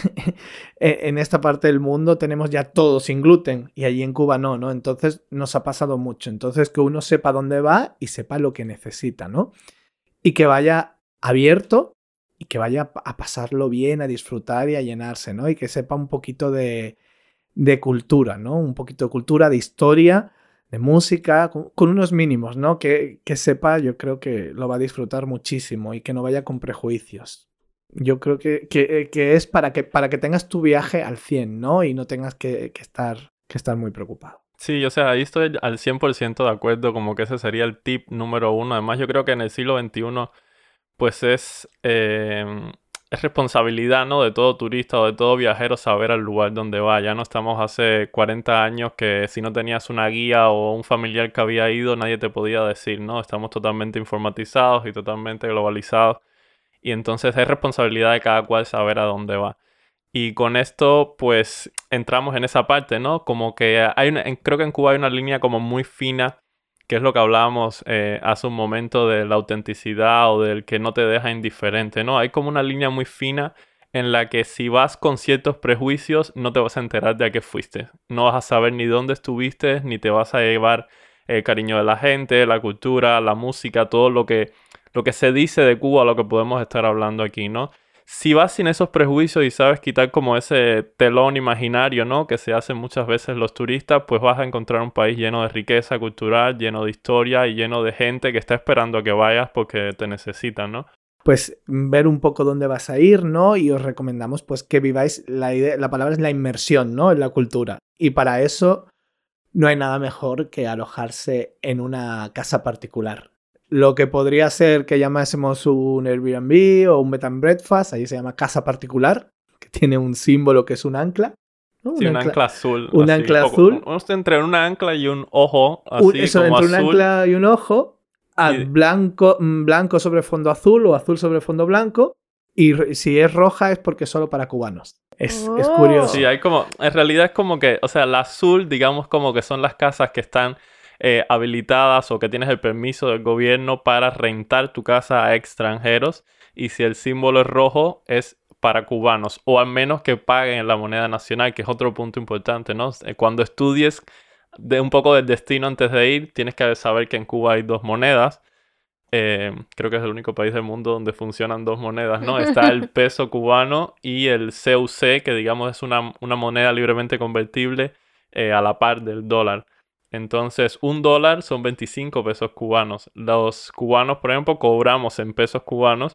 Speaker 2: en esta parte del mundo tenemos ya todo sin gluten y allí en Cuba no, ¿no? Entonces nos ha pasado mucho. Entonces que uno sepa dónde va y sepa lo que necesita, ¿no? Y que vaya abierto y que vaya a pasarlo bien, a disfrutar y a llenarse, ¿no? Y que sepa un poquito de, de cultura, ¿no? Un poquito de cultura, de historia, de música, con, con unos mínimos, ¿no? Que, que sepa, yo creo que lo va a disfrutar muchísimo y que no vaya con prejuicios. Yo creo que, que, que es para que, para que tengas tu viaje al cien, ¿no? Y no tengas que, que, estar, que estar muy preocupado.
Speaker 3: Sí, o sea, ahí estoy al cien por ciento de acuerdo, como que ese sería el tip número uno. Además, yo creo que en el siglo veintiuno, pues es, eh, es responsabilidad, ¿no?, de todo turista o de todo viajero saber al lugar donde va. Ya no estamos hace cuarenta años que si no tenías una guía o un familiar que había ido, nadie te podía decir, ¿no? Estamos totalmente informatizados y totalmente globalizados. Y entonces es responsabilidad de cada cual saber a dónde va. Y con esto, pues, entramos en esa parte, ¿no? Como que hay una, en- creo que en Cuba hay una línea como muy fina, que es lo que hablábamos eh, hace un momento de la autenticidad o del que no te deja indiferente, ¿no? Hay como una línea muy fina en la que si vas con ciertos prejuicios, no te vas a enterar de a qué fuiste. No vas a saber ni dónde estuviste, ni te vas a llevar el cariño de la gente, la cultura, la música, todo lo que, lo que se dice de Cuba, lo que podemos estar hablando aquí, ¿no? Si vas sin esos prejuicios y sabes quitar como ese telón imaginario, ¿no?, que se hacen muchas veces los turistas, pues vas a encontrar un país lleno de riqueza cultural, lleno de historia y lleno de gente que está esperando a que vayas porque te necesitan, ¿no?
Speaker 2: Pues ver un poco dónde vas a ir, ¿no? Y os recomendamos pues que viváis, la idea, la palabra es la inmersión, ¿no?, en la cultura. Y para eso no hay nada mejor que alojarse en una casa particular. lo que podría ser que llamásemos un Airbnb o un bed and breakfast, ahí se llama casa particular, que tiene un símbolo que es un ancla. ¿no?
Speaker 3: Sí,
Speaker 2: un,
Speaker 3: un
Speaker 2: ancla,
Speaker 3: ancla azul.
Speaker 2: Un
Speaker 3: así.
Speaker 2: ancla
Speaker 3: O-
Speaker 2: azul.
Speaker 3: o- entre un ancla y un ojo, así
Speaker 2: Un, eso,
Speaker 3: como
Speaker 2: entre un
Speaker 3: azul.
Speaker 2: ancla y un ojo, a
Speaker 3: Y-
Speaker 2: blanco, mm, blanco sobre fondo azul o azul sobre fondo blanco. Y re- si es roja es porque es solo para cubanos. Es, es
Speaker 1: Oh.
Speaker 2: curioso.
Speaker 3: Sí, hay como, en realidad es como que, o sea, la azul, digamos como que son las casas que están eh, habilitadas o que tienes el permiso del gobierno para rentar tu casa a extranjeros. Y si el símbolo es rojo, es para cubanos, o al menos que paguen en la moneda nacional, que es otro punto importante, ¿no? Eh, Cuando estudies de un poco del destino antes de ir, tienes que saber que en Cuba hay dos monedas. Eh, creo que es el único país del mundo donde funcionan dos monedas, ¿no? Está el peso cubano y el C U C, que digamos es una, una moneda libremente convertible eh, a la par del dólar. Entonces, un dólar son veinticinco pesos cubanos. Los cubanos, por ejemplo, cobramos en pesos cubanos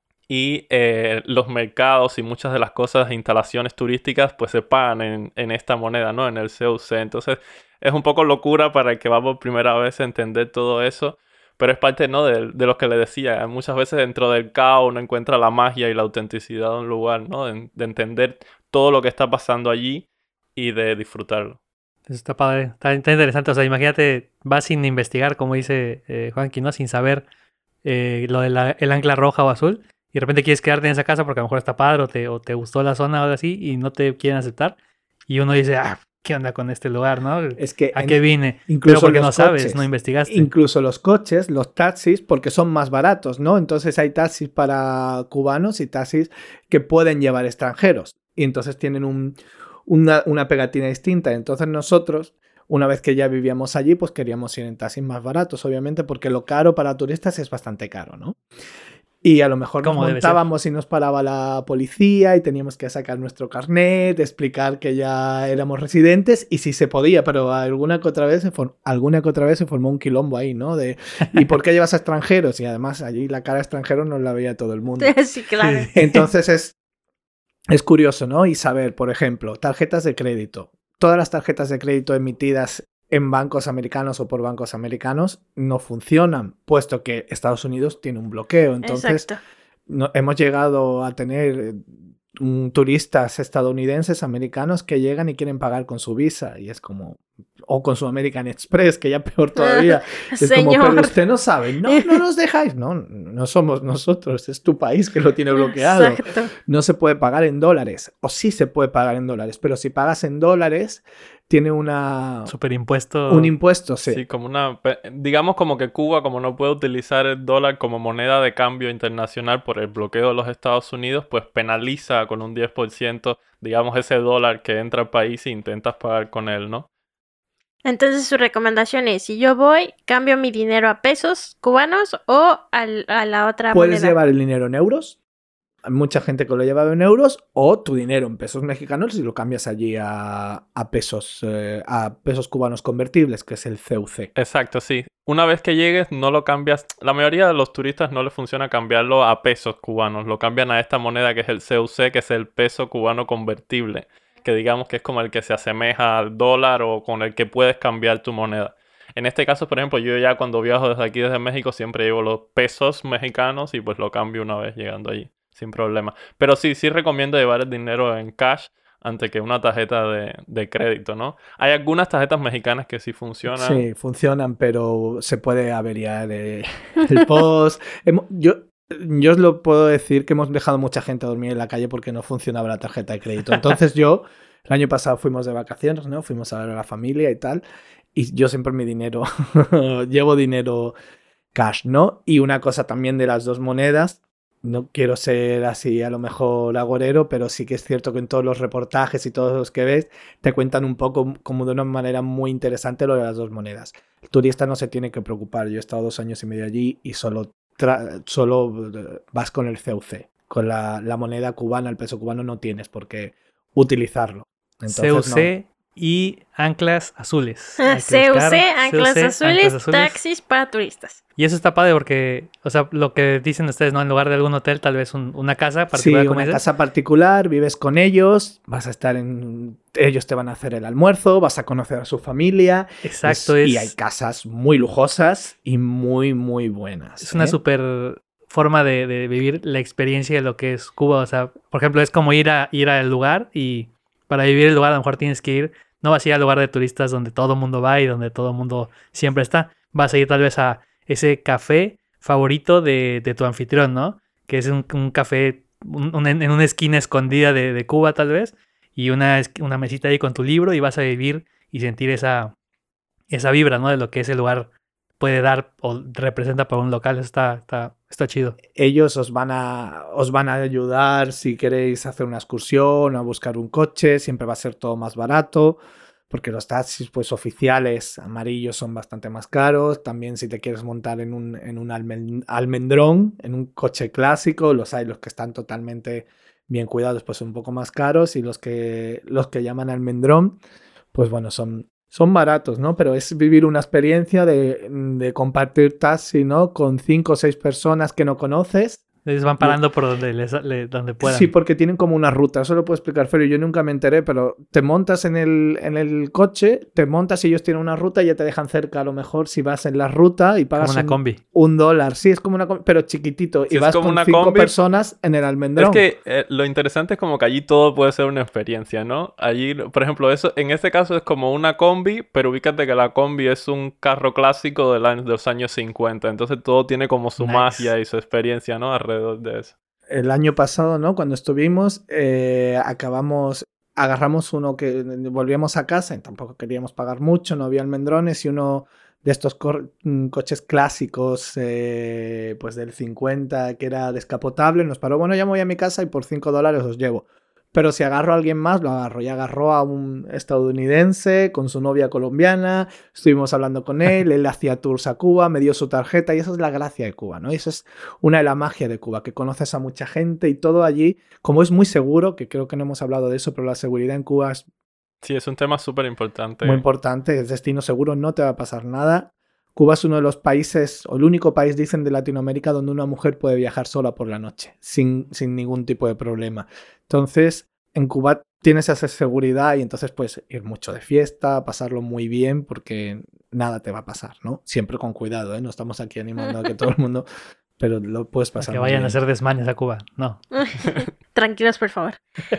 Speaker 3: y eh, los mercados y muchas de las cosas, instalaciones turísticas, pues se pagan en, en esta moneda, ¿no? En el C U C. Entonces, es un poco locura para el que va por primera vez a entender todo eso. Pero es parte, ¿no? de, de lo que le decía. Muchas veces dentro del caos uno encuentra la magia y la autenticidad de un lugar, ¿no? De, de entender todo lo que está pasando allí y de disfrutarlo.
Speaker 4: Eso está padre, está, está interesante. O sea, imagínate, vas sin investigar, como dice eh, Juanqui, ¿no? Sin saber eh, lo del ancla roja o azul. Y de repente quieres quedarte en esa casa porque a lo mejor está padre o te, o te gustó la zona o algo así y no te quieren aceptar. Y uno dice, ah, ¿qué onda con este lugar, no?
Speaker 2: Es que
Speaker 4: ¿A
Speaker 2: en-
Speaker 4: qué vine?
Speaker 2: incluso
Speaker 4: Pero porque
Speaker 2: los
Speaker 4: no sabes,
Speaker 2: coches,
Speaker 4: no investigaste.
Speaker 2: Incluso los coches, los taxis, porque son más baratos, ¿no? Entonces hay taxis para cubanos y taxis que pueden llevar extranjeros. Y entonces tienen un, una, una pegatina distinta. Entonces nosotros, una vez que ya vivíamos allí, pues queríamos ir en taxis más baratos, obviamente, porque lo caro para turistas es bastante caro, ¿no? Y a lo mejor nos
Speaker 4: Como debe ser.
Speaker 2: montábamos y nos paraba la policía y teníamos que sacar nuestro carnet, explicar que ya éramos residentes y si se podía, pero alguna que otra vez se, for- alguna que otra vez se formó un quilombo ahí, ¿no? De ¿y por qué llevas a extranjeros? Y además allí la cara de extranjero no la veía todo el mundo.
Speaker 1: Sí, claro.
Speaker 2: Entonces es, es curioso, ¿no? Y saber, por ejemplo, tarjetas de crédito. Todas las tarjetas de crédito emitidas en bancos americanos o por bancos americanos no funcionan, puesto que Estados Unidos tiene un bloqueo. Entonces,
Speaker 1: Exacto.
Speaker 2: no, hemos llegado a tener eh, un, turistas estadounidenses, americanos, que llegan y quieren pagar con su visa. Y es como... O con su American Express, que ya peor todavía. Es como,
Speaker 1: Señor.
Speaker 2: pero usted no sabe. No, no nos dejáis. No, no somos nosotros. Es tu país que lo tiene bloqueado.
Speaker 1: Exacto.
Speaker 2: No se puede pagar en dólares. O sí se puede pagar en dólares. Pero si pagas en dólares, tiene una...
Speaker 4: Superimpuesto.
Speaker 2: Un impuesto, sí.
Speaker 3: Sí, como una... pe- Digamos como que Cuba, como no puede utilizar el dólar como moneda de cambio internacional por el bloqueo de los Estados Unidos, pues penaliza con un diez por ciento, digamos, ese dólar que entra al país e intentas pagar con él, ¿no?
Speaker 1: Entonces su recomendación es, si yo voy, cambio mi dinero a pesos cubanos o al- a la otra
Speaker 2: Puedes
Speaker 1: moneda.
Speaker 2: llevar el dinero en euros. Hay mucha gente que lo lleva en euros. O tu dinero en pesos mexicanos y lo cambias allí a, a pesos, eh, a pesos cubanos convertibles, que es el C U C.
Speaker 3: Exacto, sí. Una vez que llegues, no lo cambias. La mayoría de los turistas no les funciona cambiarlo a pesos cubanos. Lo cambian a esta moneda que es el C U C, que es el peso cubano convertible. Que digamos que es como el que se asemeja al dólar o con el que puedes cambiar tu moneda. En este caso, por ejemplo, yo ya cuando viajo desde aquí, desde México, siempre llevo los pesos mexicanos y pues lo cambio una vez llegando allí, sin problema. Pero sí, sí recomiendo llevar el dinero en cash antes que una tarjeta de, de crédito, ¿no? Hay algunas tarjetas mexicanas que sí funcionan.
Speaker 2: Sí, funcionan, pero se puede averiar eh, el post. Hemo- yo, yo os lo puedo decir que hemos dejado mucha gente a dormir en la calle porque no funcionaba la tarjeta de crédito. Entonces yo, el año pasado fuimos de vacaciones, ¿no? Fuimos a ver a la familia y tal. Y yo siempre mi dinero, llevo dinero cash, ¿no? Y una cosa también de las dos monedas, no quiero ser así a lo mejor agorero, pero sí que es cierto que en todos los reportajes y todos los que ves te cuentan un poco como de una manera muy interesante lo de las dos monedas. El turista no se tiene que preocupar. Yo he estado dos años y medio allí y solo, tra- solo vas con el C U C. Con la, la moneda cubana, el peso cubano, no tienes por qué utilizarlo. Entonces,
Speaker 4: C U C, y anclas azules.
Speaker 1: Ah,
Speaker 4: Hay que
Speaker 1: C U C,
Speaker 4: buscar
Speaker 1: anclas
Speaker 4: C U C,
Speaker 1: azules,
Speaker 4: anclas azules.
Speaker 1: taxis para turistas.
Speaker 4: Y eso está padre porque, o sea, lo que dicen ustedes, ¿no? En lugar de algún hotel, tal vez un- una casa
Speaker 2: Sí,
Speaker 4: particular, como
Speaker 2: una
Speaker 4: dices.
Speaker 2: casa particular, vives con ellos, vas a estar en... Ellos te van a hacer el almuerzo, vas a conocer a su familia.
Speaker 4: Exacto,
Speaker 2: es-
Speaker 4: es,
Speaker 2: Y hay casas muy lujosas y muy, muy buenas.
Speaker 4: es una
Speaker 2: ¿eh?
Speaker 4: super forma de, de vivir la experiencia de lo que es Cuba. O sea, por ejemplo, es como ir a ir al lugar y para vivir el lugar a lo mejor tienes que ir, no vas a ir al lugar de turistas donde todo el mundo va y donde todo el mundo siempre está. Vas a ir tal vez a ese café favorito de, de tu anfitrión, ¿no? Que es un, un café un- un- en una esquina escondida de, de Cuba tal vez y una, es- una mesita ahí con tu libro y vas a vivir y sentir esa, esa vibra, ¿no? De lo que ese lugar puede dar o representa para un local. Eso está, está, está chido.
Speaker 2: Ellos os van, a, os van a ayudar si queréis hacer una excursión o a buscar un coche, siempre va a ser todo más barato, porque los taxis pues, oficiales amarillos son bastante más caros. También si te quieres montar en un, en un almen- almendrón, en un coche clásico, los hay los que están totalmente bien cuidados, pues son un poco más caros, y los que, los que llaman almendrón, pues bueno, son... Son baratos, ¿no? Pero es vivir una experiencia de, de compartir taxi, ¿no? Con cinco o seis personas que no conoces.
Speaker 4: Les van parando por donde, les, le- donde puedan.
Speaker 2: Sí, porque tienen como una ruta. Eso lo puedo explicar, Feli. Yo nunca me enteré, pero te montas en el, en el coche, te montas y ellos tienen una ruta y ya te dejan cerca, a lo mejor, si vas en la ruta y pagas
Speaker 4: Como una
Speaker 2: un,
Speaker 4: combi.
Speaker 2: un dólar. Sí, es como una combi, pero chiquitito.
Speaker 3: Sí,
Speaker 2: y
Speaker 3: es
Speaker 2: vas
Speaker 3: como
Speaker 2: con
Speaker 3: una
Speaker 2: cinco
Speaker 3: combi.
Speaker 2: personas en el almendrón.
Speaker 3: Es que eh, lo interesante es como que allí todo puede ser una experiencia, ¿no? Allí, por ejemplo, eso, en este caso es como una combi, pero ubícate que la combi es un carro clásico del año- de los años cincuenta. Entonces todo tiene como su
Speaker 4: Nice.
Speaker 3: magia y su experiencia, ¿no? Alrededor de eso.
Speaker 2: El año pasado, ¿no? Cuando estuvimos, eh, acabamos, agarramos uno que volvíamos a casa y tampoco queríamos pagar mucho, no había almendrones, y uno de estos co- mm, coches clásicos, eh, pues del cincuenta, que era descapotable, nos paró, bueno, ya me voy a mi casa y por cinco dólares os llevo. Pero si agarro a alguien más, lo agarro. Y agarró a un estadounidense con su novia colombiana. Estuvimos hablando con él. Él hacía tours a Cuba, me dio su tarjeta. Y esa es la gracia de Cuba, ¿no? Y eso es una de la magia de Cuba, que conoces a mucha gente y todo allí. Como es muy seguro, que creo que no hemos hablado de eso, pero la seguridad en Cuba es
Speaker 3: Sí, es un tema súper importante.
Speaker 2: muy importante. Es destino seguro, no te va a pasar nada. Cuba es uno de los países, o el único país, dicen, de Latinoamérica donde una mujer puede viajar sola por la noche, sin, sin ningún tipo de problema. Entonces, en Cuba tienes esa seguridad y entonces puedes ir mucho de fiesta, pasarlo muy bien, porque nada te va a pasar, ¿no? Siempre con cuidado, ¿eh? No estamos aquí animando a que todo el mundo, pero lo puedes
Speaker 4: Para
Speaker 2: pasar
Speaker 4: que
Speaker 2: muy
Speaker 4: vayan
Speaker 2: bien.
Speaker 4: a hacer desmanes a Cuba. No.
Speaker 1: Tranquilos, por favor.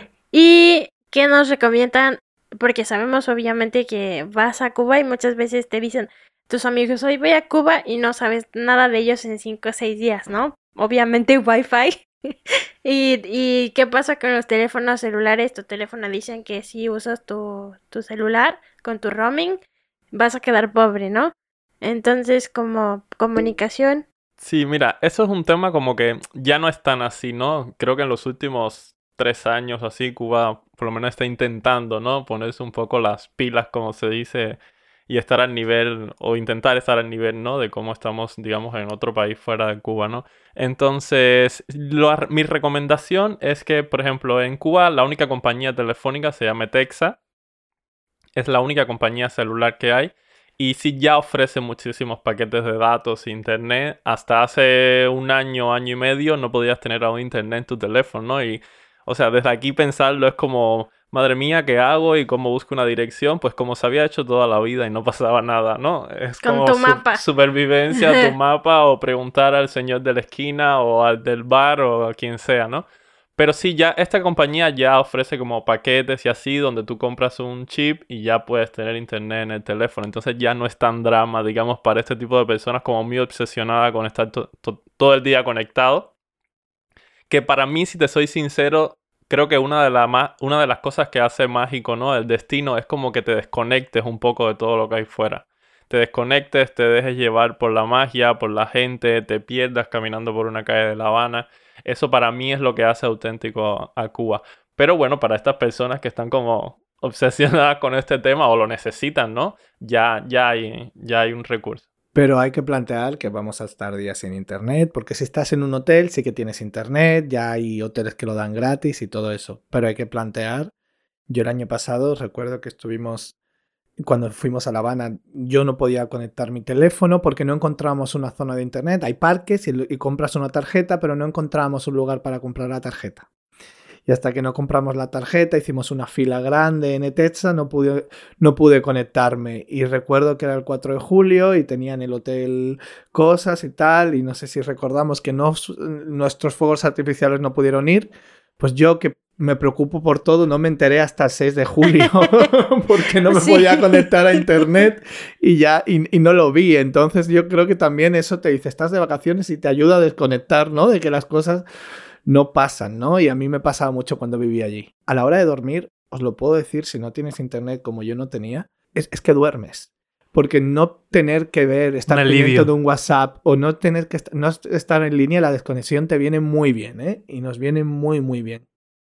Speaker 1: ¿Y qué nos recomiendan? Porque sabemos obviamente que vas a Cuba y muchas veces te dicen tus amigos, hoy voy a Cuba, y no sabes nada de ellos en cinco o seis días, ¿no? Obviamente Wi-Fi. ¿Y, ¿Y qué pasa con los teléfonos celulares? Tu teléfono dicen que si usas tu, tu celular con tu roaming, vas a quedar pobre, ¿no? Entonces, como comunicación,
Speaker 3: Sí, mira, eso es un tema como que ya no es tan así, ¿no? Creo que en los últimos tres años así, Cuba por lo menos está intentando, ¿no? Ponerse un poco las pilas, como se dice, y estar al nivel, o intentar estar al nivel, ¿no? De cómo estamos, digamos, en otro país fuera de Cuba, ¿no? Entonces, lo- mi recomendación es que, por ejemplo, en Cuba la única compañía telefónica se llama Texa. Es la única compañía celular que hay. Y sí ya ofrece muchísimos paquetes de datos e internet. Hasta hace un año, año y medio no podías tener aún internet en tu teléfono, ¿no? Y, o sea, desde aquí pensarlo es como, madre mía, ¿qué hago? Y cómo busco una dirección, pues como se había hecho toda la vida y no pasaba nada, ¿no? Es
Speaker 1: Con
Speaker 3: como
Speaker 1: tu
Speaker 3: su-
Speaker 1: mapa.
Speaker 3: supervivencia, tu mapa, o preguntar al señor de la esquina o al del bar o a quien sea, ¿no? Pero sí, ya esta compañía ya ofrece como paquetes y así, donde tú compras un chip y ya puedes tener internet en el teléfono. Entonces ya no es tan drama, digamos, para este tipo de personas como muy obsesionada con estar to- to- todo el día conectado. Que para mí, si te soy sincero, creo que una de, la ma- una de las cosas que hace mágico, ¿no? El destino es como que te desconectes un poco de todo lo que hay fuera. Te desconectes, te dejes llevar por la magia, por la gente, te pierdas caminando por una calle de La Habana. Eso para mí es lo que hace auténtico a, a Cuba. Pero bueno, para estas personas que están como obsesionadas con este tema o lo necesitan, ¿no? Ya, ya hay, ya hay un recurso.
Speaker 2: Pero hay que plantear que vamos a estar días sin internet, porque si estás en un hotel sí que tienes internet, ya hay hoteles que lo dan gratis y todo eso. Pero hay que plantear Yo el año pasado recuerdo que estuvimos, cuando fuimos a La Habana, yo no podía conectar mi teléfono porque no encontrábamos una zona de internet. Hay parques y, y compras una tarjeta, pero no encontrábamos un lugar para comprar la tarjeta. Y hasta que no compramos la tarjeta, hicimos una fila grande en Etetza, no pude, no pude conectarme. Y recuerdo que era el cuatro de julio y tenía en el hotel cosas y tal. Y no sé si recordamos que no, nuestros fuegos artificiales no pudieron ir. Pues yo, que me preocupo por todo, no me enteré hasta el seis de julio porque no me sí. podía conectar a internet y ya y, y no lo vi. Entonces yo creo que también eso te dice, estás de vacaciones y te ayuda a desconectar, ¿no? De que las cosas no pasan, ¿no? Y a mí me pasaba mucho cuando vivía allí. A la hora de dormir, os lo puedo decir, si no tienes internet como yo no tenía, es, es que duermes. Porque no tener que ver, estar pendiente de un WhatsApp o no tener que est- no estar en línea, la desconexión te viene muy bien, ¿eh? Y nos viene muy, muy bien.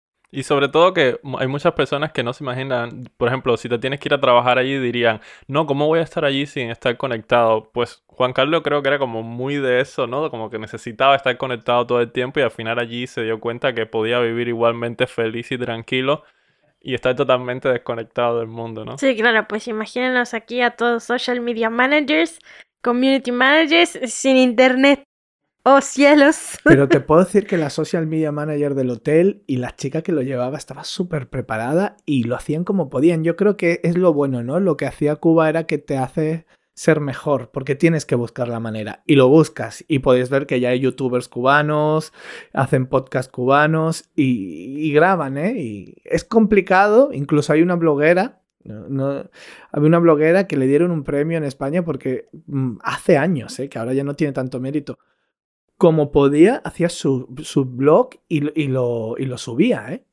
Speaker 3: Y sobre todo que hay muchas personas que no se imaginan, por ejemplo, si te tienes que ir a trabajar allí dirían, no, ¿cómo voy a estar allí sin estar conectado? Pues Juan Carlos creo que era como muy de eso, ¿no? Como que necesitaba estar conectado todo el tiempo y al final allí se dio cuenta que podía vivir igualmente feliz y tranquilo y estar totalmente desconectado del mundo, ¿no?
Speaker 1: Sí, claro, pues imagínenos aquí a todos social media managers, community managers sin internet. ¡Oh, cielos!
Speaker 2: Pero te puedo decir que la social media manager del hotel y la chica que lo llevaba estaba súper preparada y lo hacían como podían. Yo creo que es lo bueno, ¿no? Lo que hacía Cuba era que te hace ser mejor, porque tienes que buscar la manera. Y lo buscas y podéis ver que ya hay youtubers cubanos, hacen podcast cubanos y, y graban, ¿eh? Y es complicado, incluso hay una bloguera. No, no, había una bloguera que le dieron un premio en España porque mmm, hace años, ¿eh? Que ahora ya no tiene tanto mérito. Como podía, hacía su, su blog y, y, lo, y lo subía, ¿eh?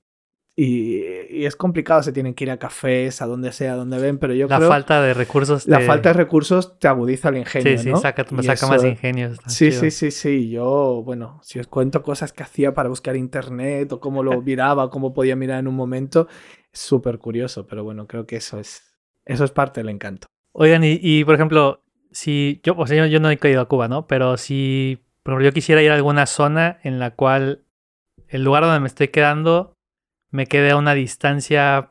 Speaker 2: Y, y es complicado, se tienen que ir a cafés, a donde sea, a donde ven, pero yo
Speaker 4: la
Speaker 2: creo...
Speaker 4: La falta de recursos...
Speaker 2: La
Speaker 4: te...
Speaker 2: falta de recursos te agudiza el ingenio,
Speaker 4: sí, sí,
Speaker 2: ¿no?
Speaker 4: saca, me saca
Speaker 2: eso...
Speaker 4: más ingenio.
Speaker 2: Sí,
Speaker 4: chido.
Speaker 2: sí, sí, sí. Yo, bueno, si os cuento cosas que hacía para buscar internet o cómo lo miraba, cómo podía mirar en un momento, es súper curioso, pero bueno, creo que eso es, eso es parte del encanto.
Speaker 4: Oigan, y, y por ejemplo, si yo, o sea, yo, yo no he ido a Cuba, ¿no? Pero si... Por ejemplo, yo quisiera ir a alguna zona en la cual el lugar donde me estoy quedando me quede a una distancia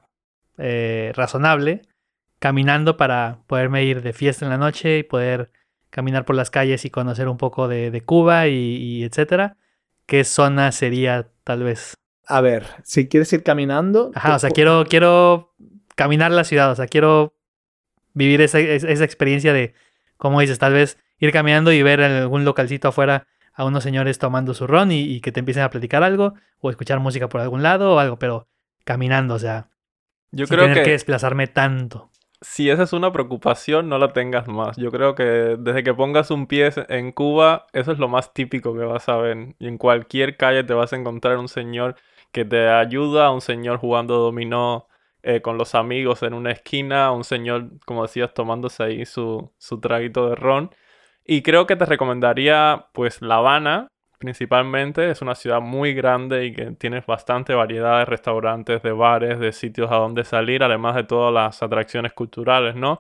Speaker 4: eh, razonable, caminando para poderme ir de fiesta en la noche y poder caminar por las calles y conocer un poco de, de Cuba y, y etcétera. ¿Qué zona sería tal vez?
Speaker 2: A ver, si quieres ir caminando...
Speaker 4: Ajá, te... o sea, quiero, quiero caminar la ciudad, o sea, quiero vivir esa, esa experiencia de, como dices, tal vez... ir caminando y ver en algún localcito afuera a unos señores tomando su ron y, y que te empiecen a platicar algo o escuchar música por algún lado o algo, pero caminando, o sea,
Speaker 3: yo
Speaker 4: sin
Speaker 3: creo
Speaker 4: tener
Speaker 3: que,
Speaker 4: que desplazarme tanto.
Speaker 3: Si esa es una preocupación, no la tengas más. Yo creo que desde que pongas un pie en Cuba, eso es lo más típico que vas a ver. Y en cualquier calle te vas a encontrar un señor que te ayuda, un señor jugando dominó eh, con los amigos en una esquina, un señor, como decías, tomándose ahí su, su traguito de ron. Y creo que te recomendaría, pues, La Habana, principalmente. Es una ciudad muy grande y que tienes bastante variedad de restaurantes, de bares, de sitios a donde salir, además de todas las atracciones culturales, ¿no?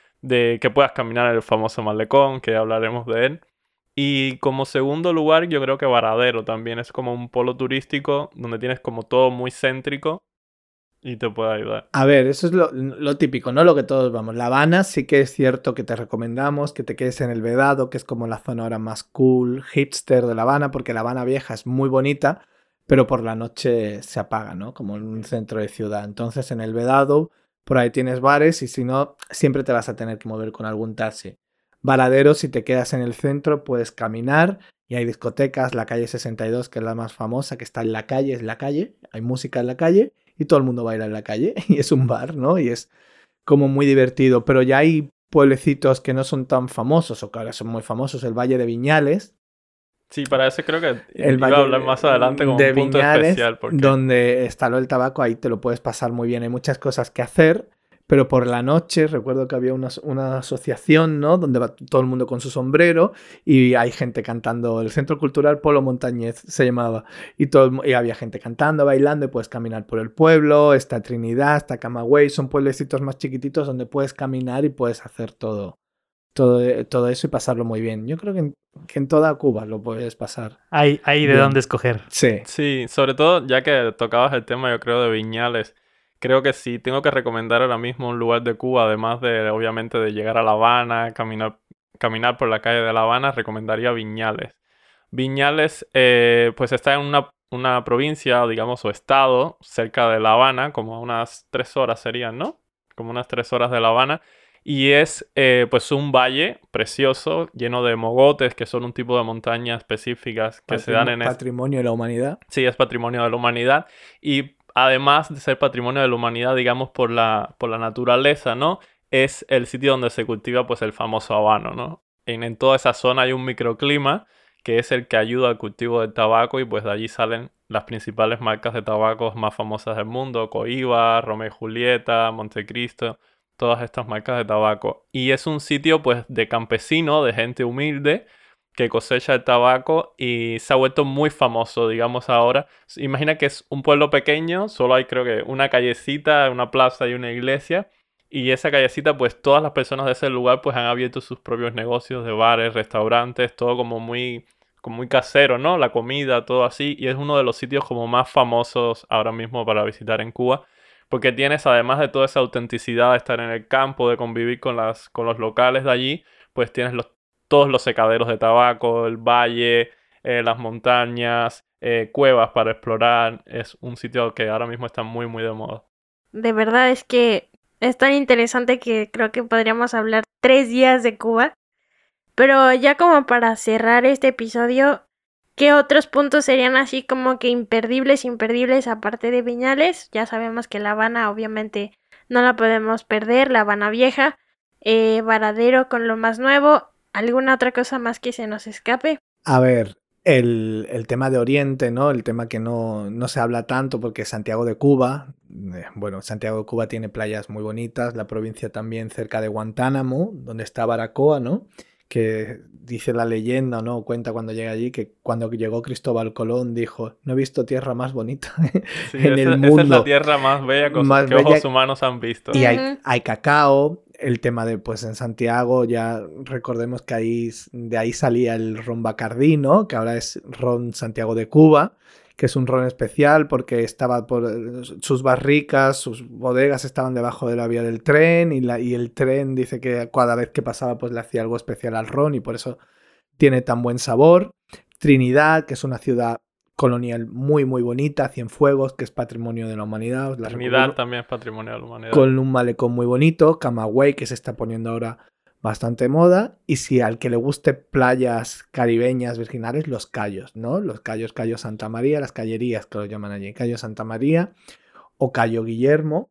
Speaker 3: De que puedas caminar en el famoso malecón, que hablaremos de él. Y como segundo lugar, yo creo que Varadero también es como un polo turístico donde tienes como todo muy céntrico. Y te puede ayudar.
Speaker 2: A ver, eso es lo, lo típico, ¿no? Lo que todos vamos. La Habana sí que es cierto que te recomendamos que te quedes en el Vedado, que es como la zona ahora más cool, hipster de La Habana, porque La Habana Vieja es muy bonita, pero por la noche se apaga, ¿no? Como en un centro de ciudad. Entonces en el Vedado, por ahí tienes bares y si no, siempre te vas a tener que mover con algún taxi. Varadero, si te quedas en el centro, puedes caminar y hay discotecas, la calle sesenta y dos, que es la más famosa, que está en la calle, es la calle, hay música en la calle. Y todo el mundo baila en la calle y es un bar, ¿no? Y es como muy divertido. Pero ya hay pueblecitos que no son tan famosos o que ahora son muy famosos. El Valle de Viñales.
Speaker 3: Sí, para eso creo que
Speaker 2: el
Speaker 3: iba a hablar más adelante como
Speaker 2: de
Speaker 3: un punto
Speaker 2: Viñales,
Speaker 3: especial. Porque...
Speaker 2: donde instaló el tabaco, ahí te lo puedes pasar muy bien. Hay muchas cosas que hacer. Pero por la noche recuerdo que había una, una asociación, ¿no? Donde va todo el mundo con su sombrero y hay gente cantando. El Centro Cultural Polo Montañez se llamaba. Y, todo, y había gente cantando, bailando y puedes caminar por el pueblo. Está Trinidad, está Camagüey. Son pueblecitos más chiquititos donde puedes caminar y puedes hacer todo, todo, todo eso y pasarlo muy bien. Yo creo que en, que en toda Cuba lo puedes pasar.
Speaker 4: Hay, hay de
Speaker 2: bien.
Speaker 4: dónde escoger.
Speaker 2: Sí.
Speaker 3: Sí, sobre todo ya que tocabas el tema, yo creo, de Viñales. creo que si tengo que recomendar ahora mismo un lugar de Cuba, además de, obviamente, de llegar a La Habana, caminar, caminar por la calle de La Habana, recomendaría Viñales. Viñales, eh, pues está en una, una provincia, digamos, o estado, cerca de La Habana, como a unas tres horas serían, ¿no? Como unas tres horas de La Habana. Y es, eh, pues, un valle precioso, lleno de mogotes, que son un tipo de montañas específicas que se dan en... es-
Speaker 2: Patrimonio de la humanidad.
Speaker 3: Sí, es patrimonio de la humanidad. Y además de ser patrimonio de la humanidad, digamos, por la, por la naturaleza, ¿no? Es el sitio donde se cultiva, pues, el famoso habano, ¿no? En, en toda esa zona hay un microclima que es el que ayuda al cultivo del tabaco y pues de allí salen las principales marcas de tabacos más famosas del mundo: Cohiba, Romeo y Julieta, Montecristo, todas estas marcas de tabaco. Y es un sitio pues de campesino, de gente humilde que cosecha el tabaco y se ha vuelto muy famoso, digamos, ahora. Imagina que es un pueblo pequeño, solo hay creo que una callecita, una plaza y una iglesia. Y esa callecita, pues todas las personas de ese lugar pues han abierto sus propios negocios de bares, restaurantes, todo como muy, como muy casero, ¿no? La comida, todo así. Y es uno de los sitios como más famosos ahora mismo para visitar en Cuba. Porque tienes, además de toda esa autenticidad de estar en el campo, de convivir con las, con los locales de allí, pues tienes los, todos los secaderos de tabaco, el valle, eh, las montañas, eh, cuevas para explorar. Es un sitio que ahora mismo está muy, muy de moda.
Speaker 1: De verdad es que es tan interesante que creo que podríamos hablar tres días de Cuba. Pero ya como para cerrar este episodio, ¿qué otros puntos serían así como que imperdibles, imperdibles aparte de Viñales? Ya sabemos que La Habana obviamente no la podemos perder, La Habana Vieja, eh, Varadero con lo más nuevo, ¿alguna otra cosa más que se nos escape?
Speaker 2: A ver, el, el tema de Oriente, ¿no? El tema que no, no se habla tanto porque Santiago de Cuba, eh, bueno, Santiago de Cuba tiene playas muy bonitas, la provincia también cerca de Guantánamo, donde está Baracoa, ¿no? Que dice la leyenda, ¿no? Cuenta cuando llega allí que cuando llegó Cristóbal Colón dijo: no he visto tierra más bonita
Speaker 3: Sí,
Speaker 2: en
Speaker 3: esa,
Speaker 2: el
Speaker 3: esa es la
Speaker 2: mundo.
Speaker 3: tierra más bella que,
Speaker 2: Más
Speaker 3: que
Speaker 2: bella-
Speaker 3: ojos humanos han visto.
Speaker 2: Y hay,
Speaker 1: Ujú.
Speaker 2: hay cacao, el tema de, pues en Santiago ya recordemos que ahí, de ahí salía el ron Bacardí, ¿no? Que ahora es ron Santiago de Cuba, que es un ron especial porque estaba por sus barricas, sus bodegas estaban debajo de la vía del tren y, la, y el tren dice que cada vez que pasaba pues le hacía algo especial al ron y por eso tiene tan buen sabor. Trinidad, que es una ciudad colonial muy muy bonita, Cienfuegos, que es patrimonio de la humanidad. Os la
Speaker 3: Trinidad
Speaker 2: recomiendo,
Speaker 3: también es patrimonio de la humanidad.
Speaker 2: con un malecón muy bonito, Camagüey, que se está poniendo ahora bastante moda, y si al que le guste playas caribeñas virginales, los Cayos, ¿no? Los Cayos, Cayo Santa María, las callerías que lo llaman allí, Cayo Santa María o Cayo Guillermo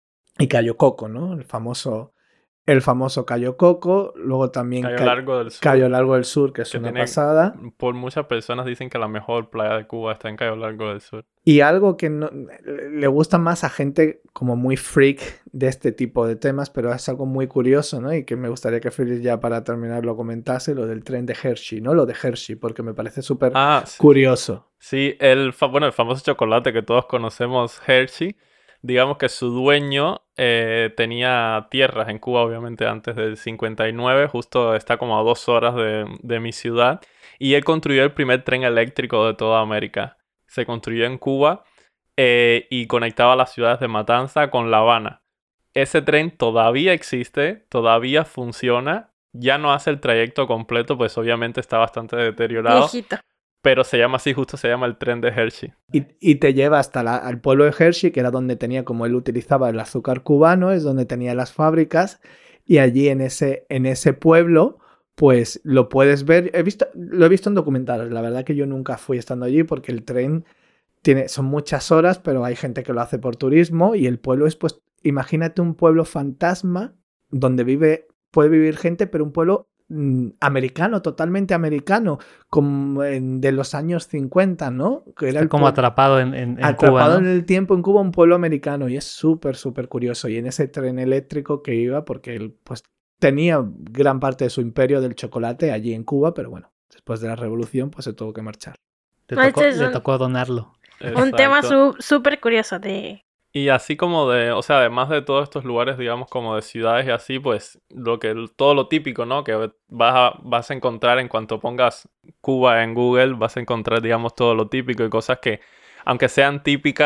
Speaker 2: y Cayo Coco, ¿no? El famoso, el famoso Cayo Coco, luego también
Speaker 3: Cayo
Speaker 2: Ca-
Speaker 3: Largo del Sur.
Speaker 2: Cayo Largo del Sur, que es
Speaker 3: que
Speaker 2: una
Speaker 3: tiene-
Speaker 2: pasada.
Speaker 3: Por muchas personas dicen que la mejor playa de Cuba está en Cayo Largo del Sur.
Speaker 2: Y algo que no, le gusta más a gente como muy freak de este tipo de temas, pero es algo muy curioso, ¿no? Y que me gustaría que Félix ya para terminar lo comentase, lo del tren de Hershey, ¿no? Lo de Hershey, porque me parece súper
Speaker 3: Ah, sí.
Speaker 2: curioso.
Speaker 3: Sí, el, fa- bueno, el famoso chocolate que todos conocemos, Hershey. Digamos que su dueño eh, tenía tierras en Cuba, obviamente, antes del cincuenta y nueve. Justo está como a dos horas de, de mi ciudad. Y él construyó el primer tren eléctrico de toda América. Se construyó en Cuba eh, y conectaba las ciudades de Matanza con La Habana. Ese tren todavía existe, todavía funciona. Ya no hace el trayecto completo, pues obviamente está bastante deteriorado.
Speaker 1: Viejito.
Speaker 3: Pero se llama así, justo se llama el tren de Hershey.
Speaker 2: Y, y te lleva hasta la, al pueblo de Hershey, que era donde tenía, como él utilizaba el azúcar cubano, es donde tenía las fábricas. Y allí en ese, en ese pueblo, pues lo puedes ver. He visto, lo he visto en documentales. La verdad que yo nunca fui estando allí porque el tren tiene, son muchas horas, pero hay gente que lo hace por turismo. Y el pueblo es, pues, imagínate un pueblo fantasma donde vive, puede vivir gente, pero un pueblo americano, totalmente americano, como en, de los años cincuenta, ¿no? Que era
Speaker 4: Está
Speaker 2: el
Speaker 4: como
Speaker 2: pueblo,
Speaker 4: atrapado en, en, en
Speaker 2: atrapado
Speaker 4: Cuba, ¿no?
Speaker 2: en el tiempo en Cuba, un pueblo americano, y es súper, súper curioso. Y en ese tren eléctrico que iba, porque él pues tenía gran parte de su imperio del chocolate allí en Cuba, pero bueno, después de la revolución pues se tuvo que marchar.
Speaker 4: Le
Speaker 1: No,
Speaker 4: tocó,
Speaker 1: este es
Speaker 4: le
Speaker 1: un-
Speaker 4: tocó donarlo.
Speaker 1: Un tema
Speaker 3: Exacto.
Speaker 1: su- súper curioso de...
Speaker 3: Y así como de, o sea, además de todos estos lugares, digamos, como de ciudades y así, pues lo que todo lo típico, ¿no? Que vas a, vas a encontrar en cuanto pongas Cuba en Google, vas a encontrar, digamos, todo lo típico y cosas que, aunque sean típicas,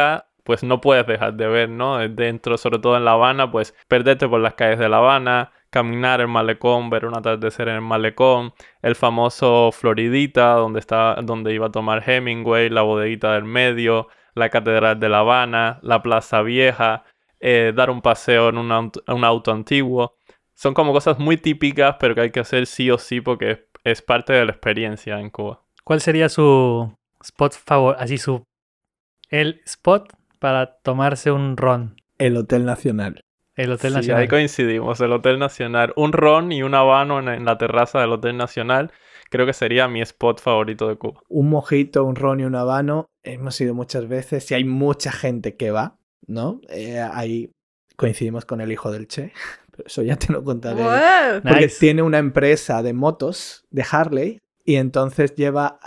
Speaker 3: pues no puedes dejar de ver, ¿no? Dentro, sobre todo en La Habana, pues perderte por las calles de La Habana, caminar el malecón, ver un atardecer en el malecón, el famoso Floridita, donde, está, donde iba a tomar Hemingway, la bodeguita del medio, la Catedral de La Habana, la Plaza Vieja, eh, dar un paseo en un auto, un auto antiguo. Son como cosas muy típicas, pero que hay que hacer sí o sí porque es, es parte de la experiencia en Cuba.
Speaker 4: ¿Cuál sería su spot favorito? Así su... el spot para tomarse un ron.
Speaker 2: El Hotel Nacional.
Speaker 4: El Hotel
Speaker 3: Sí,
Speaker 4: Nacional.
Speaker 3: ahí coincidimos, el Hotel Nacional. Un ron y un habano en, en la terraza del Hotel Nacional creo que sería mi spot favorito de Cuba.
Speaker 2: Un mojito, un ron y un habano. Hemos ido muchas veces y hay mucha gente que va, ¿no? Eh, ahí coincidimos con el hijo del Che. Pero eso ya te lo contaré.
Speaker 1: ¡Wow!
Speaker 2: Porque
Speaker 4: Nice.
Speaker 2: tiene una empresa de motos, de Harley, y entonces lleva,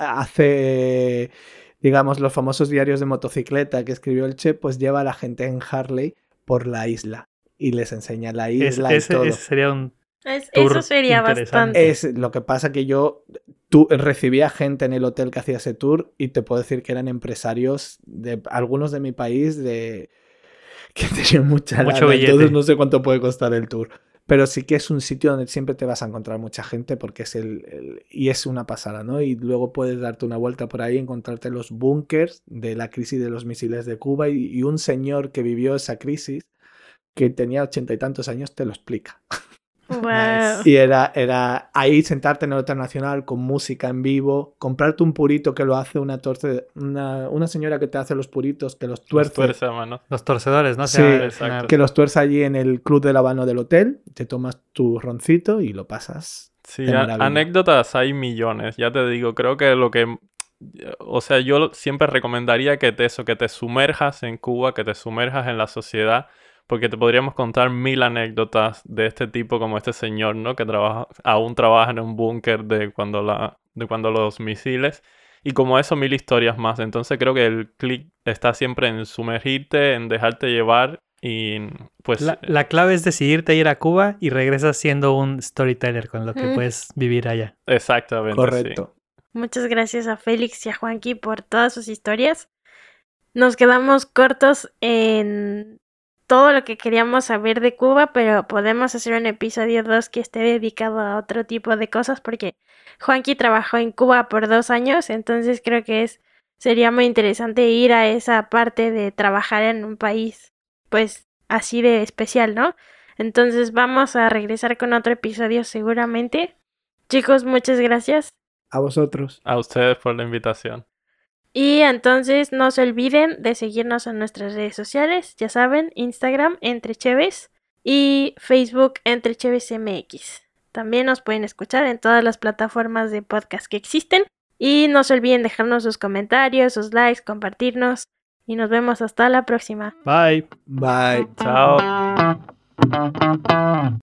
Speaker 2: hace, digamos, los famosos diarios de motocicleta que escribió el Che, pues lleva a la gente en Harley por la isla y les enseña la
Speaker 4: Es-
Speaker 2: isla y
Speaker 4: ese,
Speaker 2: todo.
Speaker 4: ese sería un...
Speaker 1: Es-
Speaker 4: Tour
Speaker 1: eso sería
Speaker 4: interesante.
Speaker 1: bastante.
Speaker 2: Es lo que pasa que yo tú, recibía gente en el hotel que hacía ese tour y te puedo decir que eran empresarios de algunos de mi país de que tenían mucha
Speaker 4: Mucho
Speaker 2: lana,
Speaker 4: billete.
Speaker 2: entonces no sé cuánto puede costar el tour. Pero sí que es un sitio donde siempre te vas a encontrar mucha gente porque es el, el- y es una pasada, ¿no? Y luego puedes darte una vuelta por ahí, encontrarte los búnkers de la crisis de los misiles de Cuba y, y un señor que vivió esa crisis que tenía ochenta y tantos años te lo explica.
Speaker 1: Wow.
Speaker 4: Nice.
Speaker 2: Y era, era ahí sentarte en el Hotel Nacional con música en vivo, comprarte un purito que lo hace una, torce, una, una señora que te hace los puritos, que los tuerce,
Speaker 3: Tuerce a mano.
Speaker 4: Los torcedores, ¿no? O
Speaker 2: Sí,
Speaker 4: sea, es
Speaker 3: exacto.
Speaker 4: una-
Speaker 2: que los tuerce allí en el Club del Habano del hotel, te tomas tu roncito y lo pasas.
Speaker 3: Sí,
Speaker 2: de
Speaker 3: a-
Speaker 2: maravilla.
Speaker 3: anécdotas hay millones, ya te digo, creo que lo que... O sea, yo siempre recomendaría que te, eso, que te sumerjas en Cuba, que te sumerjas en la sociedad, porque te podríamos contar mil anécdotas de este tipo como este señor, ¿no? Que trabaja, aún trabaja en un búnker de cuando la, de cuando los misiles, y como eso mil historias más. Entonces creo que el clic está siempre en sumergirte, en dejarte llevar y pues...
Speaker 4: La, la clave es decidirte a ir a Cuba y regresas siendo un storyteller con lo que
Speaker 1: Mm.
Speaker 4: puedes vivir allá.
Speaker 3: Exactamente,
Speaker 2: Correcto.
Speaker 1: Muchas gracias a Félix y a Juanqui por todas sus historias. Nos quedamos cortos en todo lo que queríamos saber de Cuba, pero podemos hacer un episodio dos que esté dedicado a otro tipo de cosas porque Juanqui trabajó en Cuba por dos años, entonces creo que es sería muy interesante ir a esa parte de trabajar en un país pues así de especial, ¿no? Entonces vamos a regresar con otro episodio seguramente. Chicos, muchas gracias.
Speaker 2: A vosotros.
Speaker 3: sí. A ustedes por la invitación.
Speaker 1: Y entonces no se olviden de seguirnos en nuestras redes sociales, ya saben, Instagram Entre Cheves y Facebook Entre Cheves M X. También nos pueden escuchar en todas las plataformas de podcast que existen. Y no se olviden dejarnos sus comentarios, sus likes, compartirnos. Y nos vemos hasta la próxima.
Speaker 4: Bye.
Speaker 2: Bye.
Speaker 3: Chao.